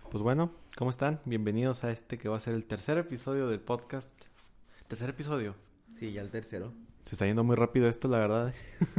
Pues bueno, ¿cómo están? Bienvenidos a este que va a ser el tercer episodio del podcast. ¿Tercer episodio? Sí, ya el tercero. Se está yendo muy rápido esto, la verdad.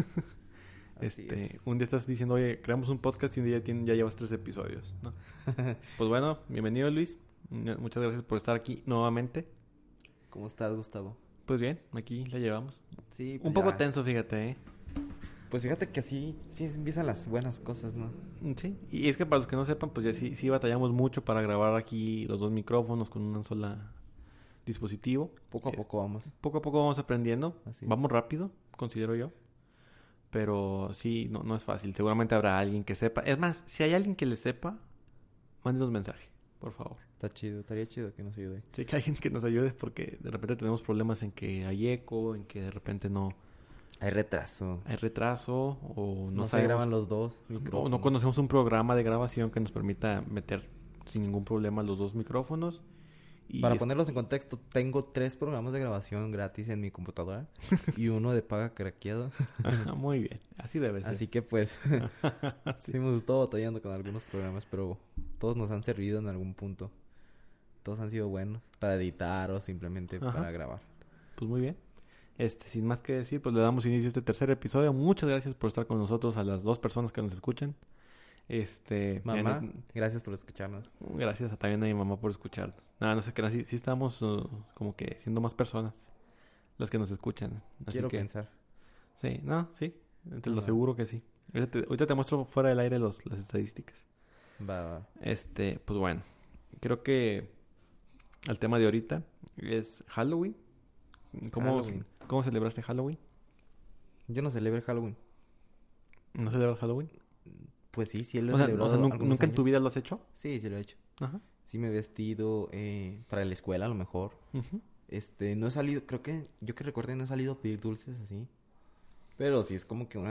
Así es. Un día estás diciendo, oye, creamos un podcast y un día ya llevas 3 episodios, ¿no? Pues bueno, bienvenido Luis. Muchas gracias por estar aquí nuevamente. ¿Cómo estás, Gustavo? Pues bien, aquí la llevamos. Sí, pues un poco ya. tenso, fíjate, ¿eh? Pues fíjate que así sí empiezan las buenas cosas, ¿no? Sí, y es que para los que no sepan, pues ya sí batallamos mucho para grabar aquí los 2 micrófonos con un sola dispositivo. Poco a poco vamos. Poco a poco vamos aprendiendo. Así Vamos rápido, considero yo. Pero sí, no es fácil. Seguramente habrá alguien que sepa. Es más, si hay alguien que le sepa, mándenos mensaje, por favor. Está chido, estaría chido que nos ayude. Sí, que alguien que nos ayude porque de repente tenemos problemas en que hay eco, en que de repente no Hay retraso. hay retraso o No se sabemos- graban los dos o micrófonos. no conocemos un programa de grabación que nos permita meter sin ningún problema los 2 micrófonos. Y Para ponerlos en contexto, tengo 3 programas de grabación gratis en mi computadora y uno de paga craqueado. Muy bien, así debe ser. Así que pues sí hemos estado batallando con algunos programas, pero todos nos han servido en algún punto. Todos han sido buenos para editar o simplemente Ajá. para grabar. Pues muy bien. Sin más que decir, pues le damos inicio a este tercer episodio. Muchas gracias por estar con nosotros, a las 2 personas que nos escuchan. Mamá, gracias por escucharnos. Gracias también a mi mamá por escucharnos. Nada, no sé qué, sí estamos como que siendo más personas las que nos escuchan. Así Quiero que, pensar. sí, sí, te lo Va. aseguro que sí. Ahorita te muestro fuera del aire las estadísticas. Va. Pues bueno, creo que el tema de ahorita es Halloween. Halloween. ¿Cómo celebraste Halloween? Yo no celebro Halloween. ¿No celebras Halloween? Pues sí, lo he O sea, celebrado ¿nunca algunos en tu años. vida lo has hecho? Sí lo he hecho. Ajá. Sí me he vestido para la escuela a lo mejor. Ujú. No he salido, creo que, yo que recuerde no he salido a pedir dulces así. Pero sí es como que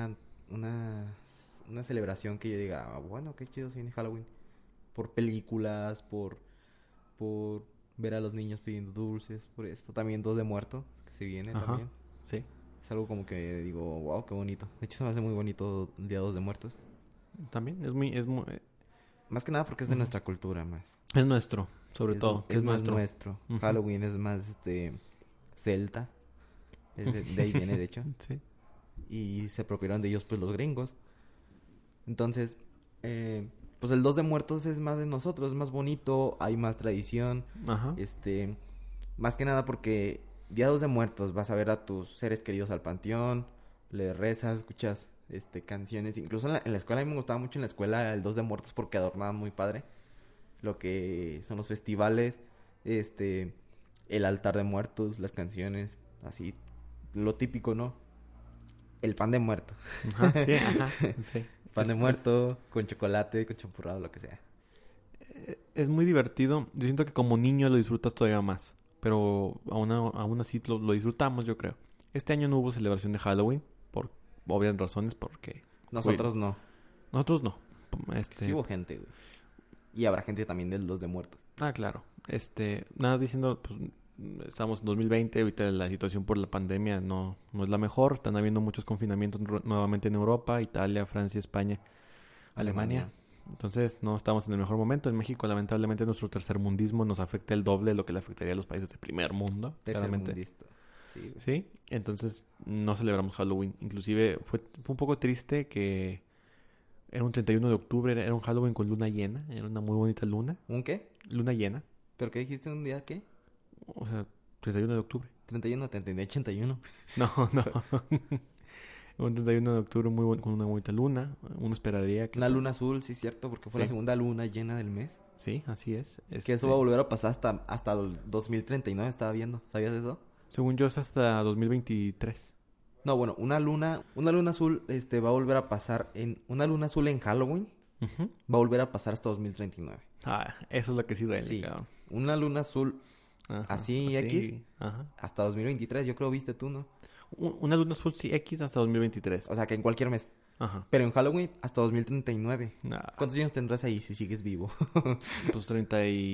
una celebración que yo diga, "Ah, bueno, qué chido se viene Halloween. Por películas, por ver a los niños pidiendo dulces, por esto. También 2 de Muertos, que se viene Ajá. también. Sí. Es algo como que digo, wow, qué bonito. De hecho se me hace muy bonito el Día 2 de Muertos. También Más que nada porque es de nuestra cultura más. es nuestro, sobre Es- todo, que es es más nuestro. Ujú. Halloween es más celta. De ahí viene de hecho. Sí. Y se apropiaron de ellos pues los gringos. Entonces, pues el 2 de Muertos es más de nosotros, es más bonito, hay más tradición. Ajá. Más que nada porque Día 2 de Muertos vas a ver a tus seres queridos al panteón, le rezas, escuchas canciones. Incluso en la escuela, a mí me gustaba mucho en la escuela el 2 de Muertos porque adornaban muy padre lo que son los festivales, el altar de muertos, las canciones, así, lo típico, ¿no? El pan de muerto. Ajá, sí, ajá. Sí. Pan de Es- muerto, con chocolate, con champurrado, lo que sea. Es muy divertido. Yo siento que como niño lo disfrutas todavía más. Pero aún así lo disfrutamos, yo creo. Este año no hubo celebración de Halloween. Por obvias razones, porque... Nosotros no. Nosotros no. Sí hubo gente, güey. Y habrá gente también del 2 de muertos. Ah, claro. Nada diciendo, pues, estamos en 2020, ahorita la situación por la pandemia no es la mejor. Están habiendo muchos confinamientos nuevamente en Europa, Italia, Francia, España, Alemania. Entonces, no estamos en el mejor momento. En México, lamentablemente, nuestro tercermundismo nos afecta el doble de lo que le afectaría a los países de primer mundo. Claramente. Tercermundista. Sí, güey. Sí, entonces no celebramos Halloween. Inclusive fue un poco triste que era un 31 de octubre, era un Halloween con luna llena. Era una muy bonita luna. ¿Un qué? Luna llena. ¿Pero qué dijiste un día qué? O sea, 31 de octubre. 31, te entendí, 81. No. Un 31 de octubre con una bonita luna. Uno esperaría que... Una luna azul, sí, cierto, porque fue la Sí. segunda luna llena del mes. Sí, así es. Que eso va a volver a pasar hasta el 2039, estaba viendo. ¿Sabías eso? Según yo es hasta 2023. No, bueno, una luna azul va a volver a pasar una luna azul en Halloween Ujú. va a volver a pasar hasta 2039. Ah, eso es lo que sí duele, Sí. cabrón. Una luna azul Ajá, así X Ajá. hasta 2023, yo creo viste tú, ¿no? Una luna azul sí X hasta 2023. O sea, que en cualquier mes. Ajá. Pero en Halloween hasta 2039. Nah, ¿Cuántos años tendrás ahí si sigues vivo? pues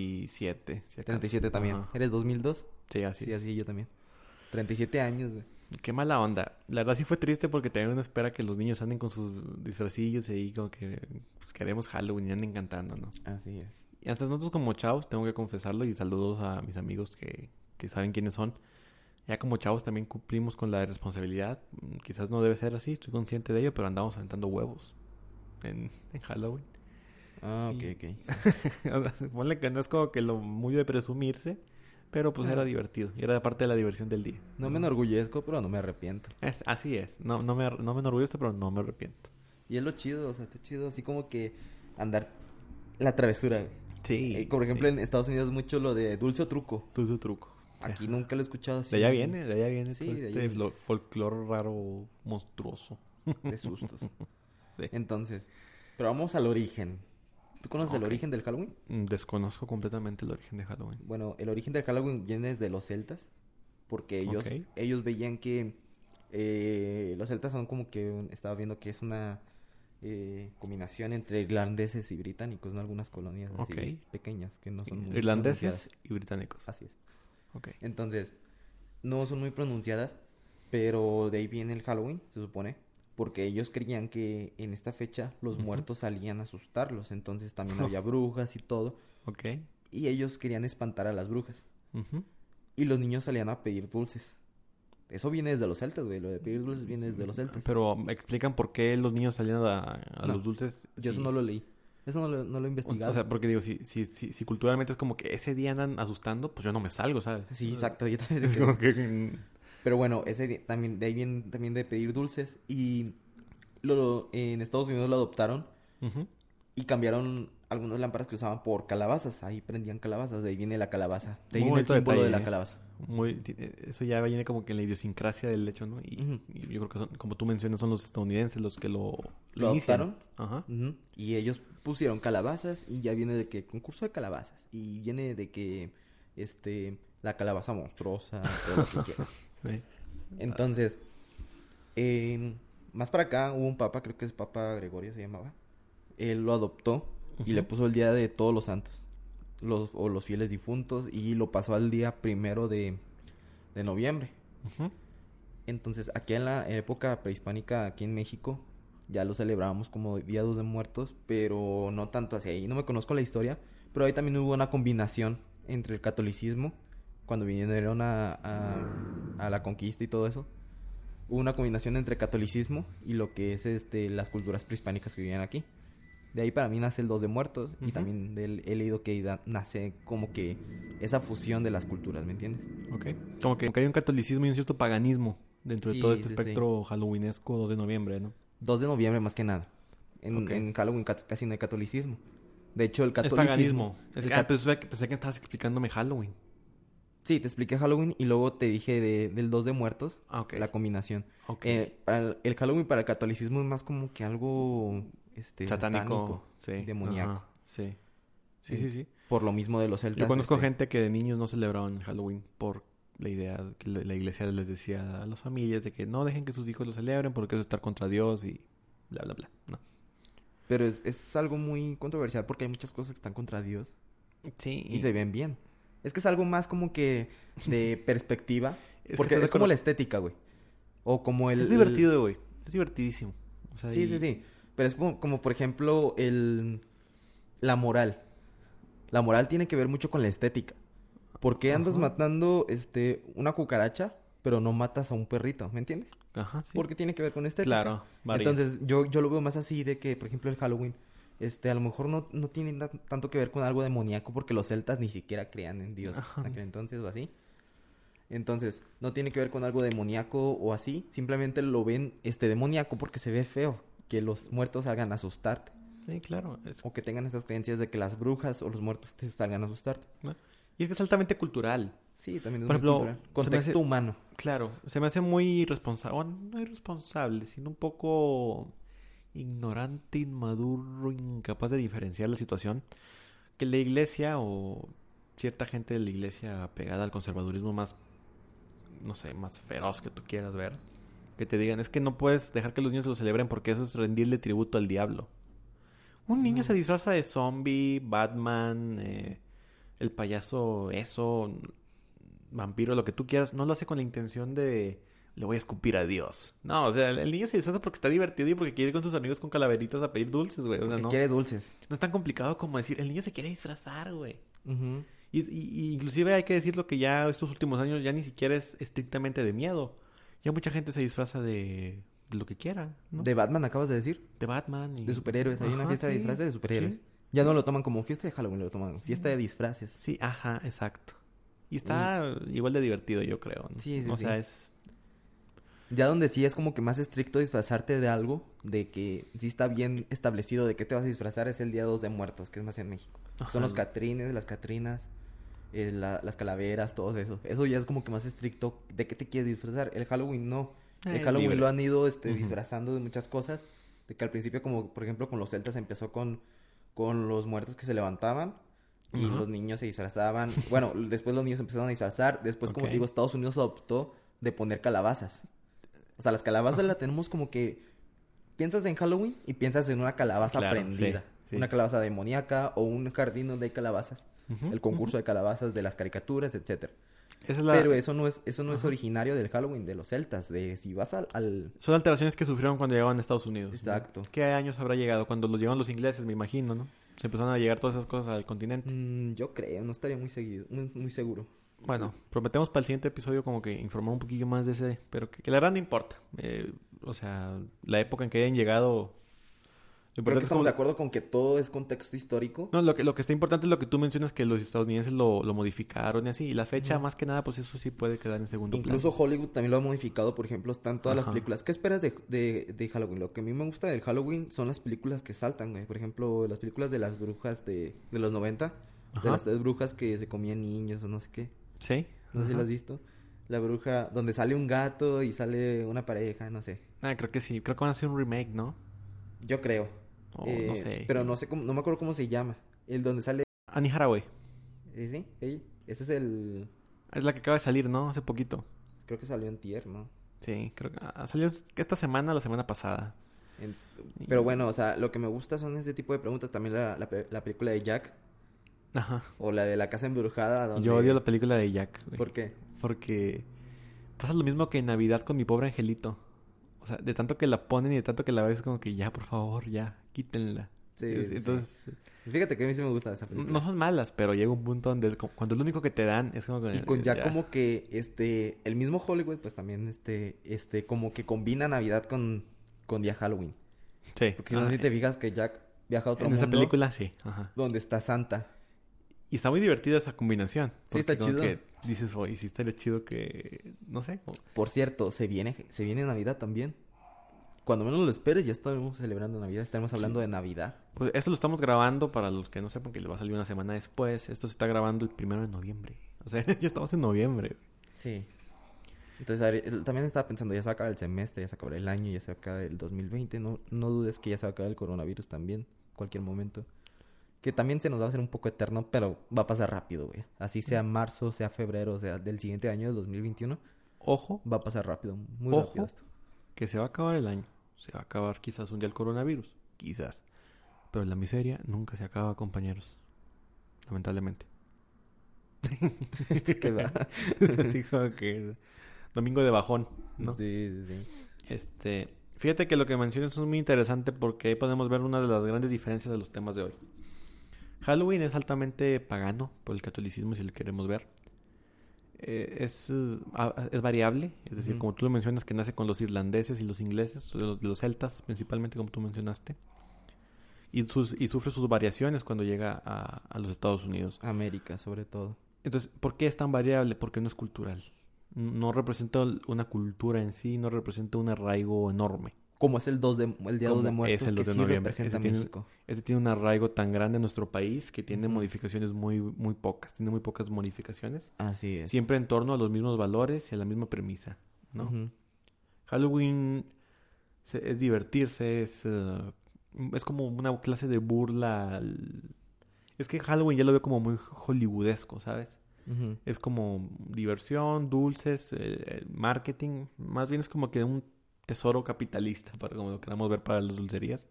37. Si acaso. 37 también. Ajá. ¿Eres 2002? Sí, así Sí, es. así yo también. 37 años, güey. Qué mala onda. La verdad sí fue triste porque también uno espera que los niños anden con sus disfrazillos y ahí como que pues, queremos Halloween y anden cantando, ¿no? Así es. Y hasta nosotros como chavos, tengo que confesarlo y saludos a mis amigos que saben quiénes son. Ya como chavos también cumplimos con la responsabilidad. Quizás no debe ser así, estoy consciente de ello, pero andamos aventando huevos en Halloween. Ah, ok, Y- ok. O sea, ponle que no es como que lo muy de presumirse, pero pues era divertido. Y era parte de la diversión del día. No me enorgullezco, pero no me arrepiento. Así es. No me enorgullezco, pero no me arrepiento. Y es lo chido, o sea, está chido así como que andar la travesura, güey. Sí. Por ejemplo, sí. en Estados Unidos es mucho lo de dulce o truco. Tu su truco. Aquí Ajá. nunca lo he escuchado así. De allá viene Sí, todo de este allá viene. folclore raro, monstruoso. De sustos. Sí. Entonces, pero vamos al origen. ¿Tú conoces el Ok. origen del Halloween? Desconozco completamente el origen de Halloween. Bueno, el origen del Halloween viene desde los celtas, porque Ok. ellos veían que los celtas son como que, estaba viendo que es una combinación entre irlandeses y británicos, ¿no? Algunas colonias así Ok. pequeñas que no son muy Irlandeses pronunciadas. y británicos. Así es. Ok. Entonces, no son muy pronunciadas, pero de ahí viene el Halloween, se supone, porque ellos creían que en esta fecha los Ujú. muertos salían a asustarlos, entonces también había brujas y todo, Ok. y ellos querían espantar a las brujas, Ujú. y los niños salían a pedir dulces. Eso viene desde los celtas, güey, lo de pedir dulces viene desde los celtas. Pero explican por qué los niños salían a No, los dulces. Yo eso Sí. no lo leí, eso no lo he investigado. O sea, porque digo, si culturalmente es como que ese día andan asustando, pues yo no me salgo, ¿sabes? Sí, exacto, yo también Es decía. como que... Pero bueno, también, de ahí viene también de pedir dulces, y en Estados Unidos lo adoptaron, Ujú. y cambiaron algunas lámparas que usaban por calabazas. Ahí prendían calabazas. De ahí viene la calabaza. De ahí Muy viene el bonito símbolo detalle, de la ¿eh? calabaza. Eso ya viene como que en la idiosincrasia del hecho, ¿no? Ujú. Y yo creo que son, como tú mencionas, son los estadounidenses los que lo Lo inician. adoptaron. Ajá. Ujú. Y ellos pusieron calabazas. Y ya viene de que concurso de calabazas. Y viene de que la calabaza monstruosa. Todo lo que quieras. Sí. Entonces, más para acá hubo un papa, creo que es Papa Gregorio se llamaba. Él lo adoptó y le Ujú. puso el día de todos los santos. Los fieles difuntos. Y lo pasó al día 1 de noviembre. Ujú. Entonces, aquí en la época prehispánica, aquí en México, ya lo celebrábamos como Día 2 de Muertos, pero no tanto hacia ahí. No me conozco la historia, pero ahí también hubo una combinación entre el catolicismo, cuando vinieron a la conquista y todo eso. Hubo una combinación entre catolicismo y lo que es las culturas prehispánicas que vivían aquí. De ahí para mí nace el 2 de Muertos, y Ujú. también he leído que nace como que esa fusión de las culturas, ¿me entiendes? Ok. Como que hay un catolicismo y un cierto paganismo dentro de Sí, todo este sí, espectro halloweenesco 2 de noviembre, ¿no? 2 de noviembre más que nada. Ok. En Halloween casi no hay catolicismo. De hecho, el Es catolicismo... paganismo. el Pensé que estabas explicándome Halloween. Sí, te expliqué Halloween y luego te dije del 2 de Muertos, Ah, ok. la combinación. Ok. El Halloween para el catolicismo es más como que algo Satánico. Sí. demoníaco. Ajá, sí. Sí. Por lo mismo de los celtas. Yo conozco gente que de niños no celebraban Halloween por la idea que la iglesia les decía a las familias de que no dejen que sus hijos lo celebren porque eso es estar contra Dios y bla, bla, bla. No. Pero es algo muy controversial porque hay muchas cosas que están contra Dios Sí. y se ven bien. Es que es algo más como que de perspectiva. Es Porque que es como la estética, güey. O como es divertido, güey. Es divertidísimo. O sea, Sí. Pero es como por ejemplo, la moral. La moral tiene que ver mucho con la estética. ¿Por qué andas Ajá. matando una cucaracha, pero no matas a un perrito? ¿Me entiendes? Ajá, sí. Porque tiene que ver con estética. Claro, varía. Entonces, yo lo veo más así de que, por ejemplo, el Halloween, a lo mejor no tiene tanto que ver con algo demoníaco porque los celtas ni siquiera creían en Dios Ajá. en aquel entonces o así. Entonces, no tiene que ver con algo demoníaco o así. Simplemente lo ven demoníaco porque se ve feo que los muertos salgan a asustarte. Sí, claro. O que tengan esas creencias de que las brujas o los muertos te salgan a asustarte. ¿no? Y es que es altamente cultural. Sí, también es Por muy ejemplo, cultural. se me Contexto hace- humano. Claro, se me hace muy irresponsable. Bueno, no irresponsable, sino un poco ignorante, inmaduro, incapaz de diferenciar la situación. Que la iglesia o cierta gente de la iglesia pegada al conservadurismo más, no sé, más feroz que tú quieras ver, que te digan, es que no puedes dejar que los niños lo celebren porque eso es rendirle tributo al diablo. Un niño se disfraza de zombie, Batman, el payaso, vampiro, lo que tú quieras. No lo hace con la intención de le voy a escupir a Dios. No, o sea, el niño se disfraza porque está divertido y porque quiere ir con sus amigos con calaveritas a pedir dulces, güey. O sea, Porque no, quiere dulces. no es tan complicado como decir, el niño se quiere disfrazar, güey. Ujú. Y inclusive hay que decirlo que ya estos últimos años ya ni siquiera es estrictamente de miedo. Ya mucha gente se disfraza de lo que quiera, ¿no? De Batman acabas de decir. De Batman y... De superhéroes. Hay una Ajá, fiesta de sí, disfraces de superhéroes. sí. Ya no lo toman como fiesta de Halloween, lo toman fiesta de disfraces. Sí, ajá, exacto. Y está igual de divertido, yo creo, ¿no? Sí, sí, O sí. sea, es... Ya donde sí es como que más estricto disfrazarte de algo, de que sí está bien establecido de qué te vas a disfrazar, es el Día 2 de Muertos, que es más en México. Ajá. Son los catrines, las catrinas, las calaveras, todo eso. Eso ya es como que más estricto de qué te quieres disfrazar. El Halloween no. El Halloween libre. lo han ido Ujú. disfrazando de muchas cosas. De que al principio, como por ejemplo con los celtas, empezó con los muertos que se levantaban. Y Ajá. los niños se disfrazaban. Bueno, después los niños empezaron a disfrazar. Después, como Ok. digo, Estados Unidos adoptó de poner calabazas. O sea, las calabazas las tenemos como que... Piensas en Halloween y piensas en una calabaza Claro, prendida. sí, sí. Una calabaza demoníaca o un jardín donde hay calabazas. Ujú, El concurso ujú. de calabazas de las caricaturas, etcétera. Esa es la... Pero eso no es Ajá. originario del Halloween de los celtas. De si vas al... Son alteraciones que sufrieron cuando llegaban a Estados Unidos, ¿no? Exacto. ¿Qué años habrá llegado? Cuando los llegaron los ingleses, me imagino, ¿no? Se empezaron a llegar todas esas cosas al continente. Yo creo, no estaría muy seguido, muy seguro. Bueno, prometemos para el siguiente episodio como que informar un poquillo más de ese, pero que la verdad no importa. O sea, la época en que hayan llegado... Lo Creo importante que es estamos como... de acuerdo con que todo es contexto histórico. No, lo que está importante es lo que tú mencionas, que los estadounidenses lo modificaron y así. Y la fecha, Ujú. más que nada, pues eso sí puede quedar en segundo Incluso plano. Hollywood también lo ha modificado. Por ejemplo, están todas las Ajá. películas. ¿Qué esperas de Halloween? Lo que a mí me gusta del Halloween son las películas que saltan, güey. Por ejemplo, las películas de las brujas de los 90. De Ajá. las 3 brujas que se comían niños o no sé qué. ¿Sí? No sé si Ajá. las has visto. La bruja donde sale un gato y sale una pareja, no sé. Ah, creo que sí. Creo que van a hacer un remake, ¿no? Yo creo. O no sé. Pero no sé cómo, no me acuerdo cómo se llama. El donde sale... Annie Hathaway. ¿Sí? Ese es el... Es la que acaba de salir, ¿no? Hace poquito. Creo que salió en Tier, ¿no? Sí, creo que salió esta semana o la semana pasada. En- Y- Pero bueno, o sea, lo que me gusta son este tipo de preguntas. También la película de Jack. Ajá. O la de la casa embrujada. Donde... Yo odio la película de Jack, güey. ¿Por qué? Porque pasa lo mismo que en Navidad con mi pobre angelito. O sea, de tanto que la ponen y de tanto que la ves, como que ya, por favor, ya, quítenla. Sí, sí. Entonces, Fíjate que a mí sí me gusta esa película. no son malas, pero llega un punto donde cuando es lo único que te dan es como que... Y con ya ya. como que, el mismo Hollywood, pues también, como que combina Navidad con día Halloween. Sí. Porque si no, si te fijas que Jack viaja a otro en esa mundo película, sí. Ajá. donde está Santa. Y está muy divertida esa combinación. Sí, está porque como chido. que dices, oye, sí estaría chido que... No sé. Por cierto, se viene Navidad también. Cuando menos lo esperes, ya estaremos celebrando Navidad. Estaremos hablando de Navidad. Pues esto lo estamos grabando para los que no sepan que le va a salir una semana después. Esto se está grabando el 1 de noviembre. O sea, ya estamos en noviembre. Sí. Entonces, a ver, también estaba pensando, ya se va a acabar el semestre, ya se acaba el año, ya se va a acabar el 2020. No dudes que ya se va a acabar el coronavirus también, cualquier momento. Que también se nos va a hacer un poco eterno, pero va a pasar rápido, güey. Así sea marzo, sea febrero, sea del siguiente año, del 2021, Ojo, va a pasar rápido, muy Ojo. rápido esto. que se va a acabar el año. Se va a acabar quizás un día el coronavirus. Quizás. Pero la miseria nunca se acaba, compañeros. Lamentablemente. ¿Qué va? Es así como que... Domingo de bajón, ¿no? Sí, sí, sí. Fíjate que lo que mencionas es muy interesante porque ahí podemos ver una de las grandes diferencias de los temas de hoy. Halloween es altamente pagano por el catolicismo, si lo queremos ver. Es variable, es decir, Ujú. como tú lo mencionas, que nace con los irlandeses y los ingleses, de los celtas principalmente, como tú mencionaste. Y sufre sus variaciones cuando llega a los Estados Unidos. América, sobre todo. Entonces, ¿por qué es tan variable? Porque no es cultural. No representa una cultura en sí, no representa un arraigo enorme. Como es el día 2 de Como Muertos, es el 2 que de sí noviembre. representa Ese tiene- México. Este tiene un arraigo tan grande en nuestro país que tiene Ujú. modificaciones muy, muy pocas. Tiene muy pocas modificaciones. Así es. Siempre en torno a los mismos valores y a la misma premisa, ¿no? Ujú. Halloween es divertirse, es como una clase de burla. Es que Halloween ya lo veo como muy hollywoodesco, ¿sabes? Ujú. Es como diversión, dulces, marketing. Más bien es como que un tesoro capitalista, para como lo queramos ver para las dulcerías.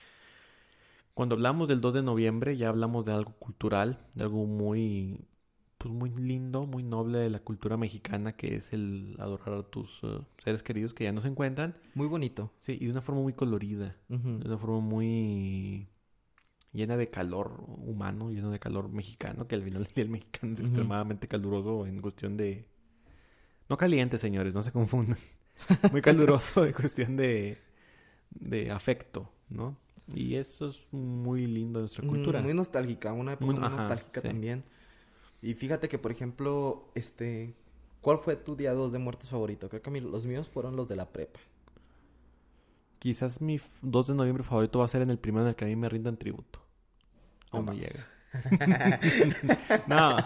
Cuando hablamos del 2 de noviembre, ya hablamos de algo cultural, de algo muy pues muy lindo, muy noble de la cultura mexicana, que es el adorar a tus seres queridos que ya no se encuentran. Muy bonito. Sí, y de una forma muy colorida, Ujú. de una forma muy llena de calor humano, llena de calor mexicano, que al final del día el mexicano es Ujú. extremadamente caluroso en cuestión de... No caliente, señores, no se confundan. Muy caluroso en cuestión de afecto, ¿no? Y eso es muy lindo de nuestra cultura. Muy nostálgica, una época muy Ajá, nostálgica sí. también. Y fíjate que, por ejemplo, ¿cuál fue tu día 2 de muertos favorito? Creo que los míos fueron los de la prepa. Quizás mi 2 de noviembre favorito va a ser en el primero en el que a mí me rindan tributo. No Aún no mames. llega. No.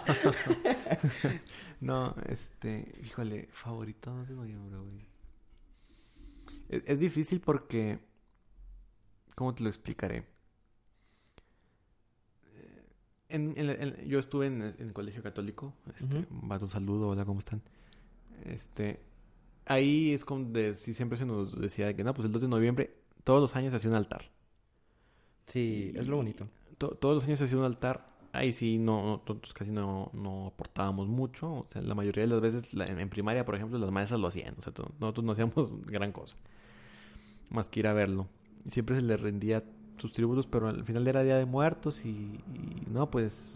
No, híjole, favorito 2 de noviembre, güey. Es difícil porque, ¿cómo te lo explicaré? Yo estuve en colegio católico. Ujú. Un saludo, hola, ¿cómo están? Ahí es como sí, siempre se nos decía de que no, pues el 2 de noviembre todos los años se hacía un altar. Sí, es lo Y bonito. todos los años se hacía un altar. Ahí sí, nosotros casi no aportábamos mucho. O sea, la mayoría de las veces, en primaria, por ejemplo, las maestras lo hacían. O sea, nosotros no hacíamos gran cosa. Más que ir a verlo. Y siempre se le rendía sus tributos, pero al final era Día de Muertos y no, pues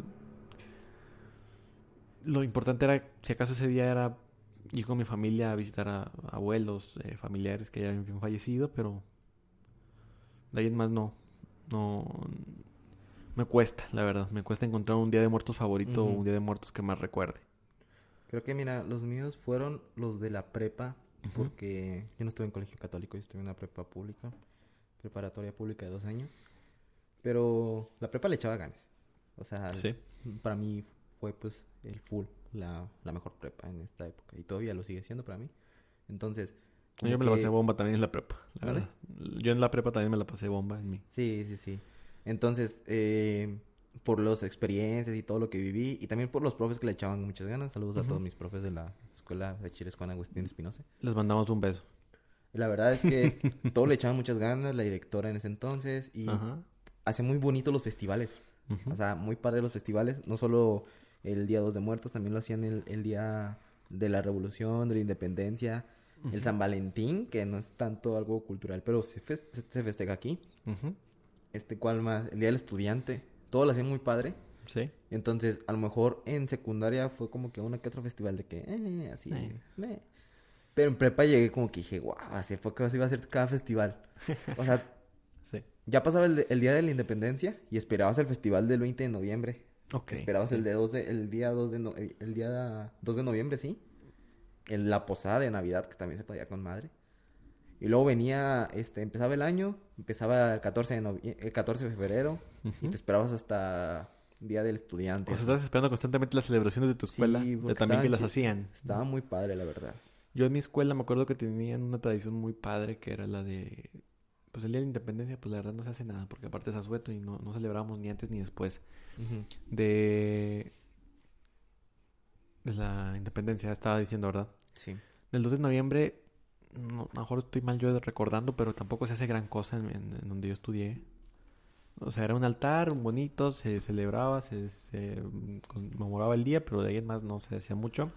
lo importante era, si acaso ese día era ir con mi familia a visitar a abuelos, familiares que ya habían fallecido, pero de ahí en más no, me cuesta, la verdad, me cuesta encontrar un Día de Muertos favorito o Ujú. un Día de Muertos que más recuerde. Creo que, mira, los míos fueron los de la prepa, Ujú. porque yo no estuve en colegio católico, yo estuve en una prepa pública, preparatoria pública de 2 años. Pero la prepa le echaba ganas. O sea, Sí. para mí fue pues el full, la mejor prepa en esta época. Y todavía lo sigue siendo para mí. Entonces, Yo como me la pasé que... bomba también en la prepa, la ¿Vale? verdad. Yo en la prepa también me la pasé bomba en mí. Sí, sí, sí. Entonces, por las experiencias y todo lo que viví, y también por los profes que le echaban muchas ganas. Saludos a todos Ujú. mis profes de la escuela Bachiller Juan Agustín Espinosa. Les mandamos un beso. Y la verdad es que todos le echaban muchas ganas, la directora en ese entonces, y Ajá. hace muy bonito los festivales. O Ujú. sea, muy padre los festivales. No solo el Día 2 de Muertos, también lo hacían el Día de la Revolución, de la Independencia, el Ujú. San Valentín, que no es tanto algo cultural, pero se festeja aquí. Ujú. ¿Cuál más? El Día del Estudiante. Todo lo hacían muy padre. Sí. Entonces, a lo mejor en secundaria fue como que uno que otro festival de que, así, Sí. Pero en prepa llegué como que dije, guau, así fue que así iba a ser cada festival. O sea, Sí. ya pasaba el Día de la Independencia y esperabas el festival del 20 de noviembre. Ok. Esperabas Sí. el día 2 el día 2 de noviembre, sí. En la posada de Navidad, que también se podía con madre. Y luego venía, empezaba el año, empezaba el 14 de febrero, y Ujú. te esperabas hasta Día del Estudiante, O sea, así. estás esperando constantemente las celebraciones de tu escuela, Sí, de porque también que las hacían. estaba muy padre, la verdad. Yo en mi escuela me acuerdo que tenían una tradición muy padre que era la de... Pues el Día de la Independencia, pues la verdad no se hace nada, porque aparte es asueto y no celebramos ni antes ni después Ujú. de, de la independencia, estaba diciendo, ¿verdad? Sí. Del 2 de noviembre, a lo mejor estoy mal yo recordando, pero tampoco se hace gran cosa en donde yo estudié. O sea, era un altar bonito, se celebraba, se conmemoraba el día, pero de ahí en más no se hacía mucho.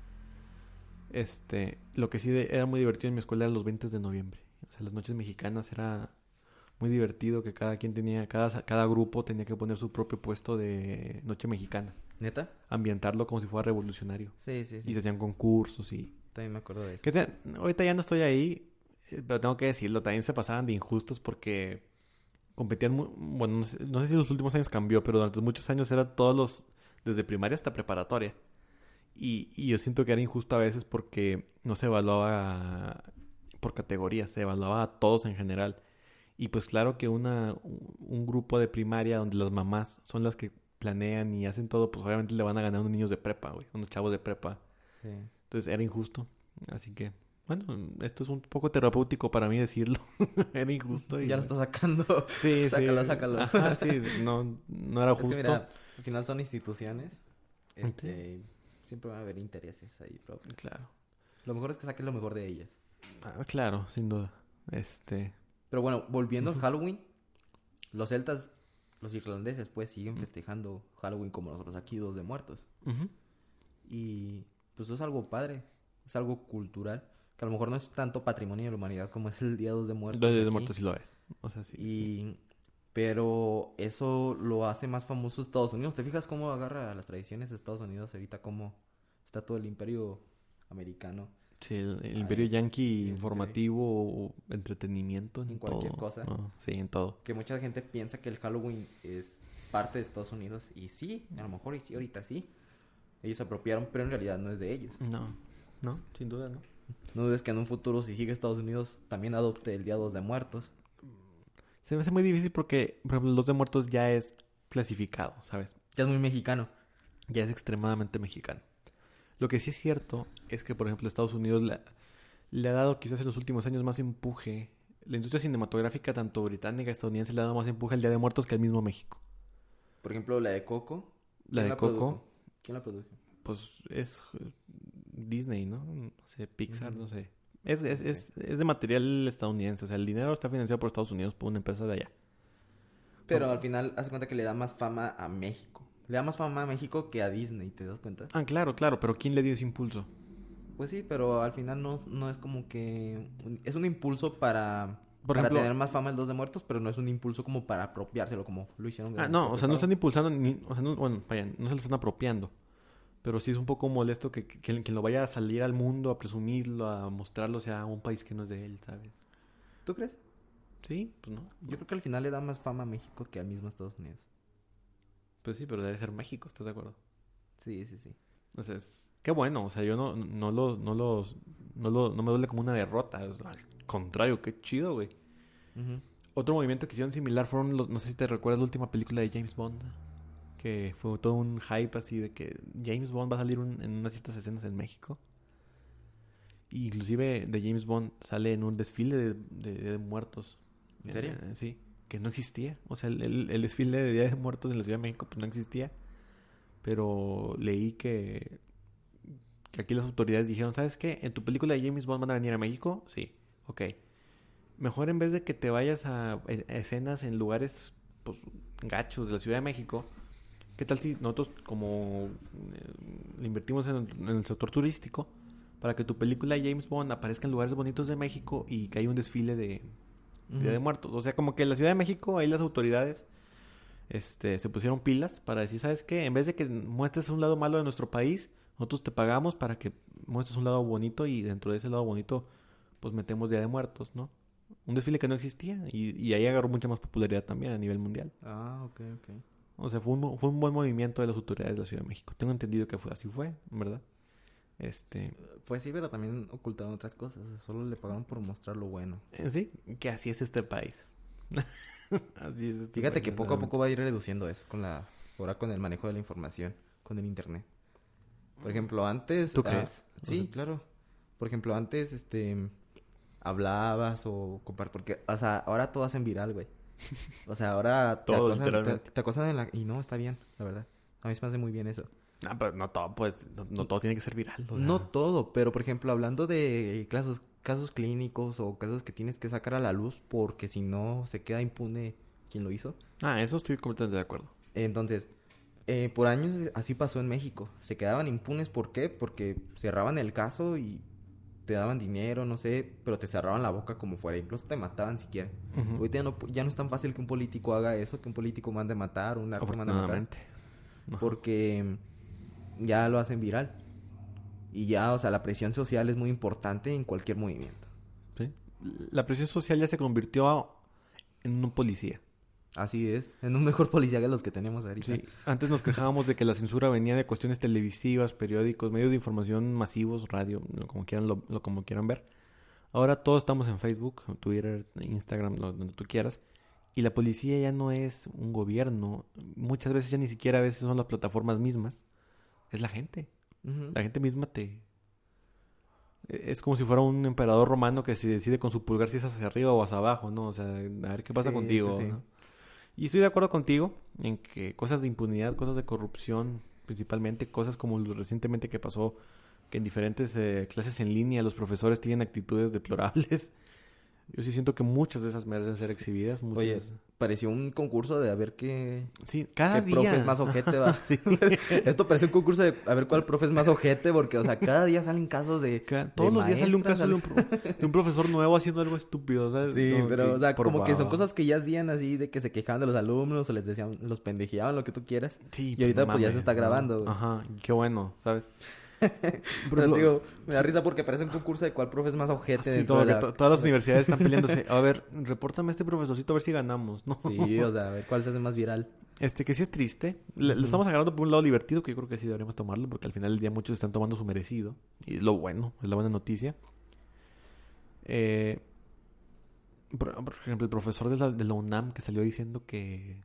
Lo que sí era muy divertido en mi escuela eran los 20 de noviembre. O sea, las noches mexicanas era muy divertido que cada quien tenía, cada grupo tenía que poner su propio puesto de noche mexicana. ¿Neta? Ambientarlo como si fuera revolucionario. Sí, sí, Y sí. se hacían concursos y... También me acuerdo de eso. Ahorita ya no estoy ahí, pero tengo que decirlo, también se pasaban de injustos porque competían bueno, no sé si los últimos años cambió, pero durante muchos años era desde primaria hasta preparatoria. Y yo siento que era injusto a veces porque no se evaluaba por categorías, se evaluaba a todos en general. Y pues claro que un grupo de primaria donde las mamás son las que planean y hacen todo, pues obviamente le van a ganar unos niños de prepa, güey, unos chavos de prepa. Sí. Entonces era injusto. Así que, bueno, esto es un poco terapéutico para mí decirlo. Era injusto y... Ya lo está sacando. Sí, Sácalo, sí. sácalo. Ajá, sí, no era Es justo. que mira, al final son instituciones. Sí. Siempre va a haber intereses ahí propios. Claro. Lo mejor es que saques lo mejor de ellas. Claro, sin duda. Pero bueno, volviendo al Ujú. Halloween, los celtas, los irlandeses, pues siguen festejando Halloween como nosotros aquí, 2 de Muertos. Ujú. y pues eso es algo padre, es algo cultural, que a lo mejor no es tanto patrimonio de la humanidad como es el Día 2 de Muertos. El Día de aquí. Muertos sí lo es. O sea, sí. Pero eso lo hace más famoso Estados Unidos. ¿Te fijas cómo agarra las tradiciones de Estados Unidos ahorita? Cómo está todo el imperio americano. Sí, el imperio yanqui el informativo, entretenimiento, en cualquier todo. cosa. No, sí, en todo. Que mucha gente piensa que el Halloween es parte de Estados Unidos. Y sí, a lo mejor y sí, ahorita sí. Ellos se apropiaron, pero en realidad no es de ellos. No, sin duda no. No dudes que en un futuro, si sigue Estados Unidos, también adopte el Día 2 de Muertos. Se me hace muy difícil porque, por ejemplo, el 2 de Muertos ya es clasificado, ¿sabes? Ya es muy mexicano. Ya es extremadamente mexicano. Lo que sí es cierto es que, por ejemplo, Estados Unidos le ha dado quizás en los últimos años más empuje. La industria cinematográfica, tanto británica, estadounidense, le ha dado más empuje al Día de Muertos que al mismo México. Por ejemplo, la de Coco. La de Coco, produjo? ¿Quién la produjo? pues es Disney, ¿no? No sé, Pixar, no sé. Es de material estadounidense. O sea, el dinero está financiado por Estados Unidos por una empresa de allá. Pero al final, hace cuenta que le da más fama a México. Le da más fama a México que a Disney, ¿te das cuenta? Ah, claro, pero ¿quién le dio ese impulso? Pues sí, pero al final no es como que... Es un impulso para Por ejemplo, tener más fama el 2 de Muertos, pero no es un impulso como para apropiárselo, como lo hicieron. no, o sea, no están impulsando, o sea, bueno, vaya, no se lo están apropiando. Pero sí es un poco molesto que quien lo vaya a salir al mundo, a presumirlo, a mostrarlo, sea un país que no es de él, ¿sabes? ¿Tú crees? Sí, pues no. Yo creo que al final le da más fama a México que al mismo Estados Unidos. Pues sí, pero debe ser México, ¿estás de acuerdo? Sí. O sea, qué bueno, o sea, yo no me duele como una derrota. Al contrario, qué chido, güey. Uh-huh. Otro movimiento que hicieron similar fueron no sé si te recuerdas la última película de James Bond, que fue todo un hype así de que James Bond va a salir en unas ciertas escenas en México. Y inclusive de James Bond sale en un desfile de muertos. ¿En serio? Sí, que no existía. O sea, el desfile de Día de Muertos en la Ciudad de México pues no existía. Pero leí que aquí las autoridades dijeron, ¿sabes qué? ¿En tu película de James Bond van a venir a México? Sí, ok. Mejor en vez de que te vayas a escenas en lugares pues gachos de la Ciudad de México, ¿qué tal si nosotros como le invertimos en el sector turístico para que tu película de James Bond aparezca en lugares bonitos de México y que haya un desfile de Día de Muertos? O sea, como que en la Ciudad de México ahí las autoridades se pusieron pilas para decir, ¿sabes qué? En vez de que muestres un lado malo de nuestro país, nosotros te pagamos para que muestres un lado bonito y dentro de ese lado bonito pues metemos Día de Muertos, ¿no? Un desfile que no existía y ahí agarró mucha más popularidad también a nivel mundial. Ah, ok. O sea, fue un buen movimiento de las autoridades de la Ciudad de México. Tengo entendido que así fue, ¿verdad? Pues sí, pero también ocultaron otras cosas. Solo le pagaron por mostrar lo bueno. Sí, que así es este país. Así es este Fíjate país, que poco a poco va a ir reduciendo eso ahora con el manejo de la información, con el internet. Por ejemplo, antes... ¿Tú crees? Sí, claro. Por ejemplo, antes, hablabas o porque, o sea, ahora todo hacen viral, güey. O sea, ahora todo, literalmente. te acosan y no, está bien, la verdad. A mí se me hace muy bien eso. Ah, pero no todo, pues, no todo tiene que ser viral. O sea. No todo, pero por ejemplo, hablando de casos clínicos o casos que tienes que sacar a la luz porque si no se queda impune quien lo hizo. Ah, eso estoy completamente de acuerdo. Entonces, por años así pasó en México. Se quedaban impunes, ¿por qué? Porque cerraban el caso y te daban dinero, no sé, pero te cerraban la boca como fuera. Incluso te mataban si quieren. Uh-huh. Ahorita ya no es tan fácil que un político haga eso, que un político mande a matar, un narco mande a matar. No. Porque ya lo hacen viral. Y ya, o sea, la presión social es muy importante en cualquier movimiento. Sí. La presión social ya se convirtió en un policía. Así es. En un mejor policía que los que tenemos ahorita. Sí. Antes nos quejábamos de que la censura venía de cuestiones televisivas, periódicos, medios de información masivos, radio, como quieran ver. Ahora todos estamos en Facebook, Twitter, Instagram, donde tú quieras. Y la policía ya no es un gobierno. Muchas veces ya ni siquiera a veces son las plataformas mismas. Es la gente. Uh-huh. La gente misma es como si fuera un emperador romano que se decide con su pulgar si es hacia arriba o hacia abajo, ¿no? O sea, a ver qué pasa contigo, sí. ¿no? Y estoy de acuerdo contigo en que cosas de impunidad, cosas de corrupción, principalmente cosas como lo recientemente que pasó, que en diferentes clases en línea los profesores tienen actitudes deplorables. Yo sí siento que muchas de esas merecen ser exhibidas. Muchas... Oye, pareció un concurso de a ver Sí, cada qué día. profe es más ojete, va. Sí. Esto parece un concurso de a ver cuál profe es más ojete, porque, o sea, cada día salen casos de Todos los días sale un maestras, caso de un profesor nuevo haciendo algo estúpido, ¿sabes? Sí, Como pero, o sea, por como que son baba. cosas que ya hacían así, de que se quejaban de los alumnos, o les decían, los pendejeaban, lo que tú quieras. Sí, Y ahorita no pues ya se mames, está ¿no? grabando, güey. Ajá, qué bueno, ¿sabes? Pero, digo, me da risa porque parece un concurso de cuál profe es más ojete Sí, dentro como de que la... todas las universidades están peleándose. A ver, repórtame a este profesorcito a ver si ganamos, ¿no? Sí, o sea, a ver cuál se hace más viral. Que sí es triste. Lo Ujú. estamos agarrando por un lado divertido, que yo creo que sí deberíamos tomarlo, porque al final del día muchos están tomando su merecido. Y es lo bueno, es la buena noticia. Por ejemplo, el profesor de la UNAM que salió diciendo que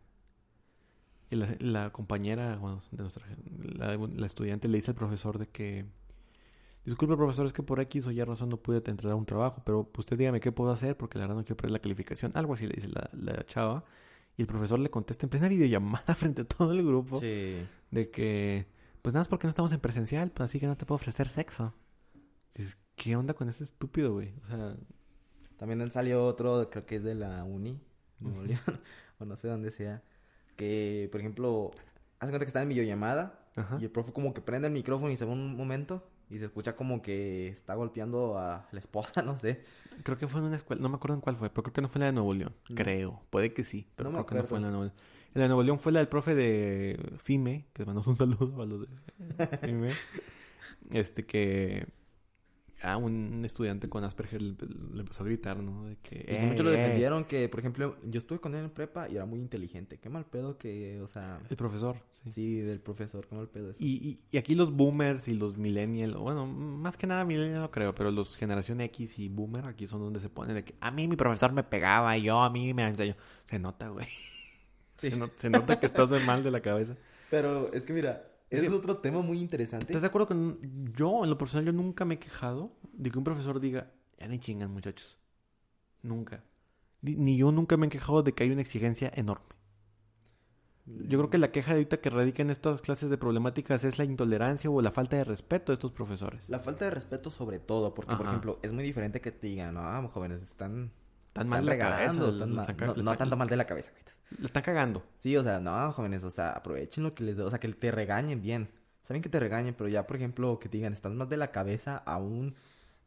la compañera, bueno, de la estudiante le dice al profesor de que... Disculpe, profesor, es que por X o Y razón no pude entrar a un trabajo, pero usted dígame qué puedo hacer porque la verdad no quiero perder la calificación. Algo así le dice la chava. Y el profesor le contesta en plena videollamada frente a todo el grupo Sí. de que, pues nada más porque no estamos en presencial, pues así que no te puedo ofrecer sexo. Dices, ¿qué onda con ese estúpido, güey? O sea, También salió otro, creo que es de la uni, Nuevo León, o no sé dónde sea, que, por ejemplo, hace cuenta que está en videollamada ajá. y el profe como que prende el micrófono y se va un momento y se escucha como que está golpeando a la esposa, no sé. Creo que fue en una escuela, no me acuerdo en cuál fue, pero creo que no fue en la de Nuevo León. No. Creo, puede que sí, pero No me creo que no fue en acuerdo. la de Nuevo León. En la de Nuevo León fue la del profe de FIME, que le mandamos un saludo a los de FIME. Que a un estudiante con Asperger le empezó a gritar, ¿no? De que, Y muchos lo defendieron que, por ejemplo, yo estuve con él en prepa y era muy inteligente. Qué mal pedo que, o sea... El profesor, sí. Sí, del profesor, qué mal pedo eso. Y aquí los boomers y los millennials, bueno, más que nada millennial no creo, pero los generación X y boomer aquí son donde se ponen de que a mí mi profesor me pegaba y a mí me enseñó. Se nota, güey. Sí. Se nota que estás de mal de la cabeza. Pero es que mira, ese Sí. es otro tema muy interesante. ¿Estás de acuerdo con yo, en lo personal, yo nunca me he quejado de que un profesor diga, ya ni chingan, muchachos? Nunca. Ni yo nunca me he quejado de que hay una exigencia enorme. Yo creo que la queja de ahorita que radica en estas clases de problemáticas es la intolerancia o la falta de respeto de estos profesores. La falta de respeto sobre todo, porque, por Ajá. ejemplo, es muy diferente que te digan, no, jóvenes, están Mal de la cabeza. regando, están mal. No tanto mal de la cabeza, güey. Le están cagando. Sí, o sea, no, jóvenes, o sea, aprovechen lo que les o sea, que te regañen bien. Saben que te regañen, pero ya, por ejemplo, que te digan, estás mal de la cabeza a un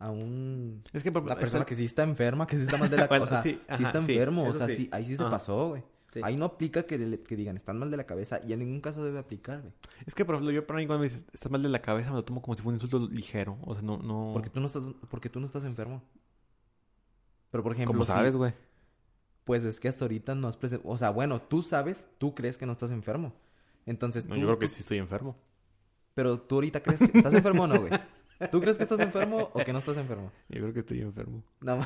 Es que una persona que sí está enferma, que sí está mal de la Bueno, cabeza, o sea, sí, sí está ajá, sí, enfermo, o eso sea, sí. sí, ahí sí se Ajá. pasó, güey. Sí. Ahí no aplica que digan, están mal de la cabeza y en ningún caso debe aplicar, güey. Es que, por ejemplo, yo para mí cuando me dices, estás mal de la cabeza, me lo tomo como si fuera un insulto ligero. O sea, no... Porque tú no estás enfermo. Pero, por ejemplo, ¿Cómo sabes, sí, güey? pues es que hasta ahorita no has o sea, bueno, tú sabes, tú crees que no estás enfermo. Entonces No, tú, yo creo que sí estoy enfermo. pero tú ahorita crees que estás enfermo o no, güey. ¿Tú crees que estás enfermo o que no estás enfermo? Yo creo que estoy enfermo. No.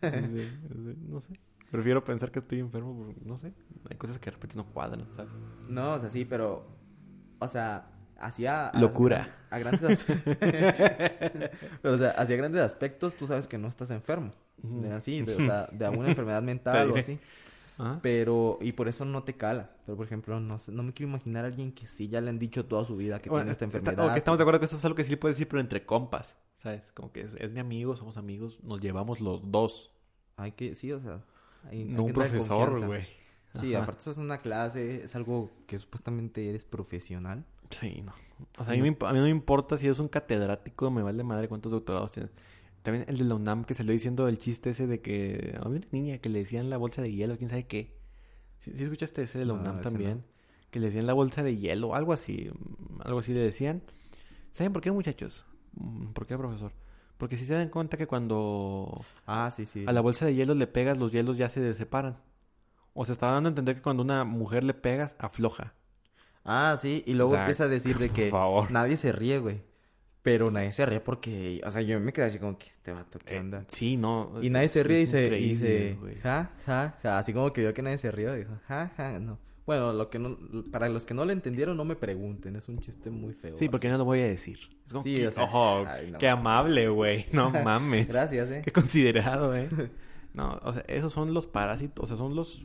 No sé. Prefiero pensar que estoy enfermo porque, no sé. Hay cosas que de repente no cuadran, ¿sabes? No, o sea, sí, pero o sea, hacía Locura. a grandes pero, o sea, hacia grandes aspectos tú sabes que no estás enfermo. Ujú. Así, o sea, de alguna enfermedad mental o así. Ajá. Pero, y por eso no te cala. Pero, por ejemplo, no sé, no me quiero imaginar a alguien que sí ya le han dicho toda su vida que Bueno, tiene esta o enfermedad. que estamos de acuerdo que eso es algo que sí puedes decir, pero entre compas, ¿sabes? Como que es mi amigo, somos amigos, nos llevamos los dos. Hay que, sí, o sea, hay No que un entrar en profesor, confianza. güey. Sí, Ajá. aparte eso es una clase, es algo que supuestamente eres profesional. Sí, no. O sea, a mí no me importa si eres un catedrático, me vale madre cuántos doctorados tienes. También el de la UNAM que salió diciendo el chiste ese de que había una niña que le decían la bolsa de hielo, quién sabe qué. ¿Sí escuchaste ese de la No, UNAM ese también? no. Que le decían la bolsa de hielo, algo así le decían. ¿Saben por qué, muchachos? ¿Por qué, profesor? Porque si se dan cuenta que cuando Ah, sí, sí. a la bolsa de hielo le pegas, los hielos ya se separan. O se estaba dando a entender que cuando una mujer le pegas, afloja. Ah, sí, y luego O sea, empieza a decir de que por favor. nadie se ríe, güey. Pero nadie se ríe porque, o sea, yo me quedé así como que este vato, ¿qué onda? Sí, no. Y nadie se ríe y es se, increíble, güey. ja, ja, ja. Así como que vio que nadie se rió, dijo, ja, ja, no. Bueno, para los que no lo entendieron, no me pregunten, es un chiste muy feo. Sí, porque no lo voy a decir. Es como Sí, que, o sea, ojo, ay, no qué mames. amable, güey. No mames. Gracias, Qué considerado, No, o sea, esos son los parásitos, o sea, son los...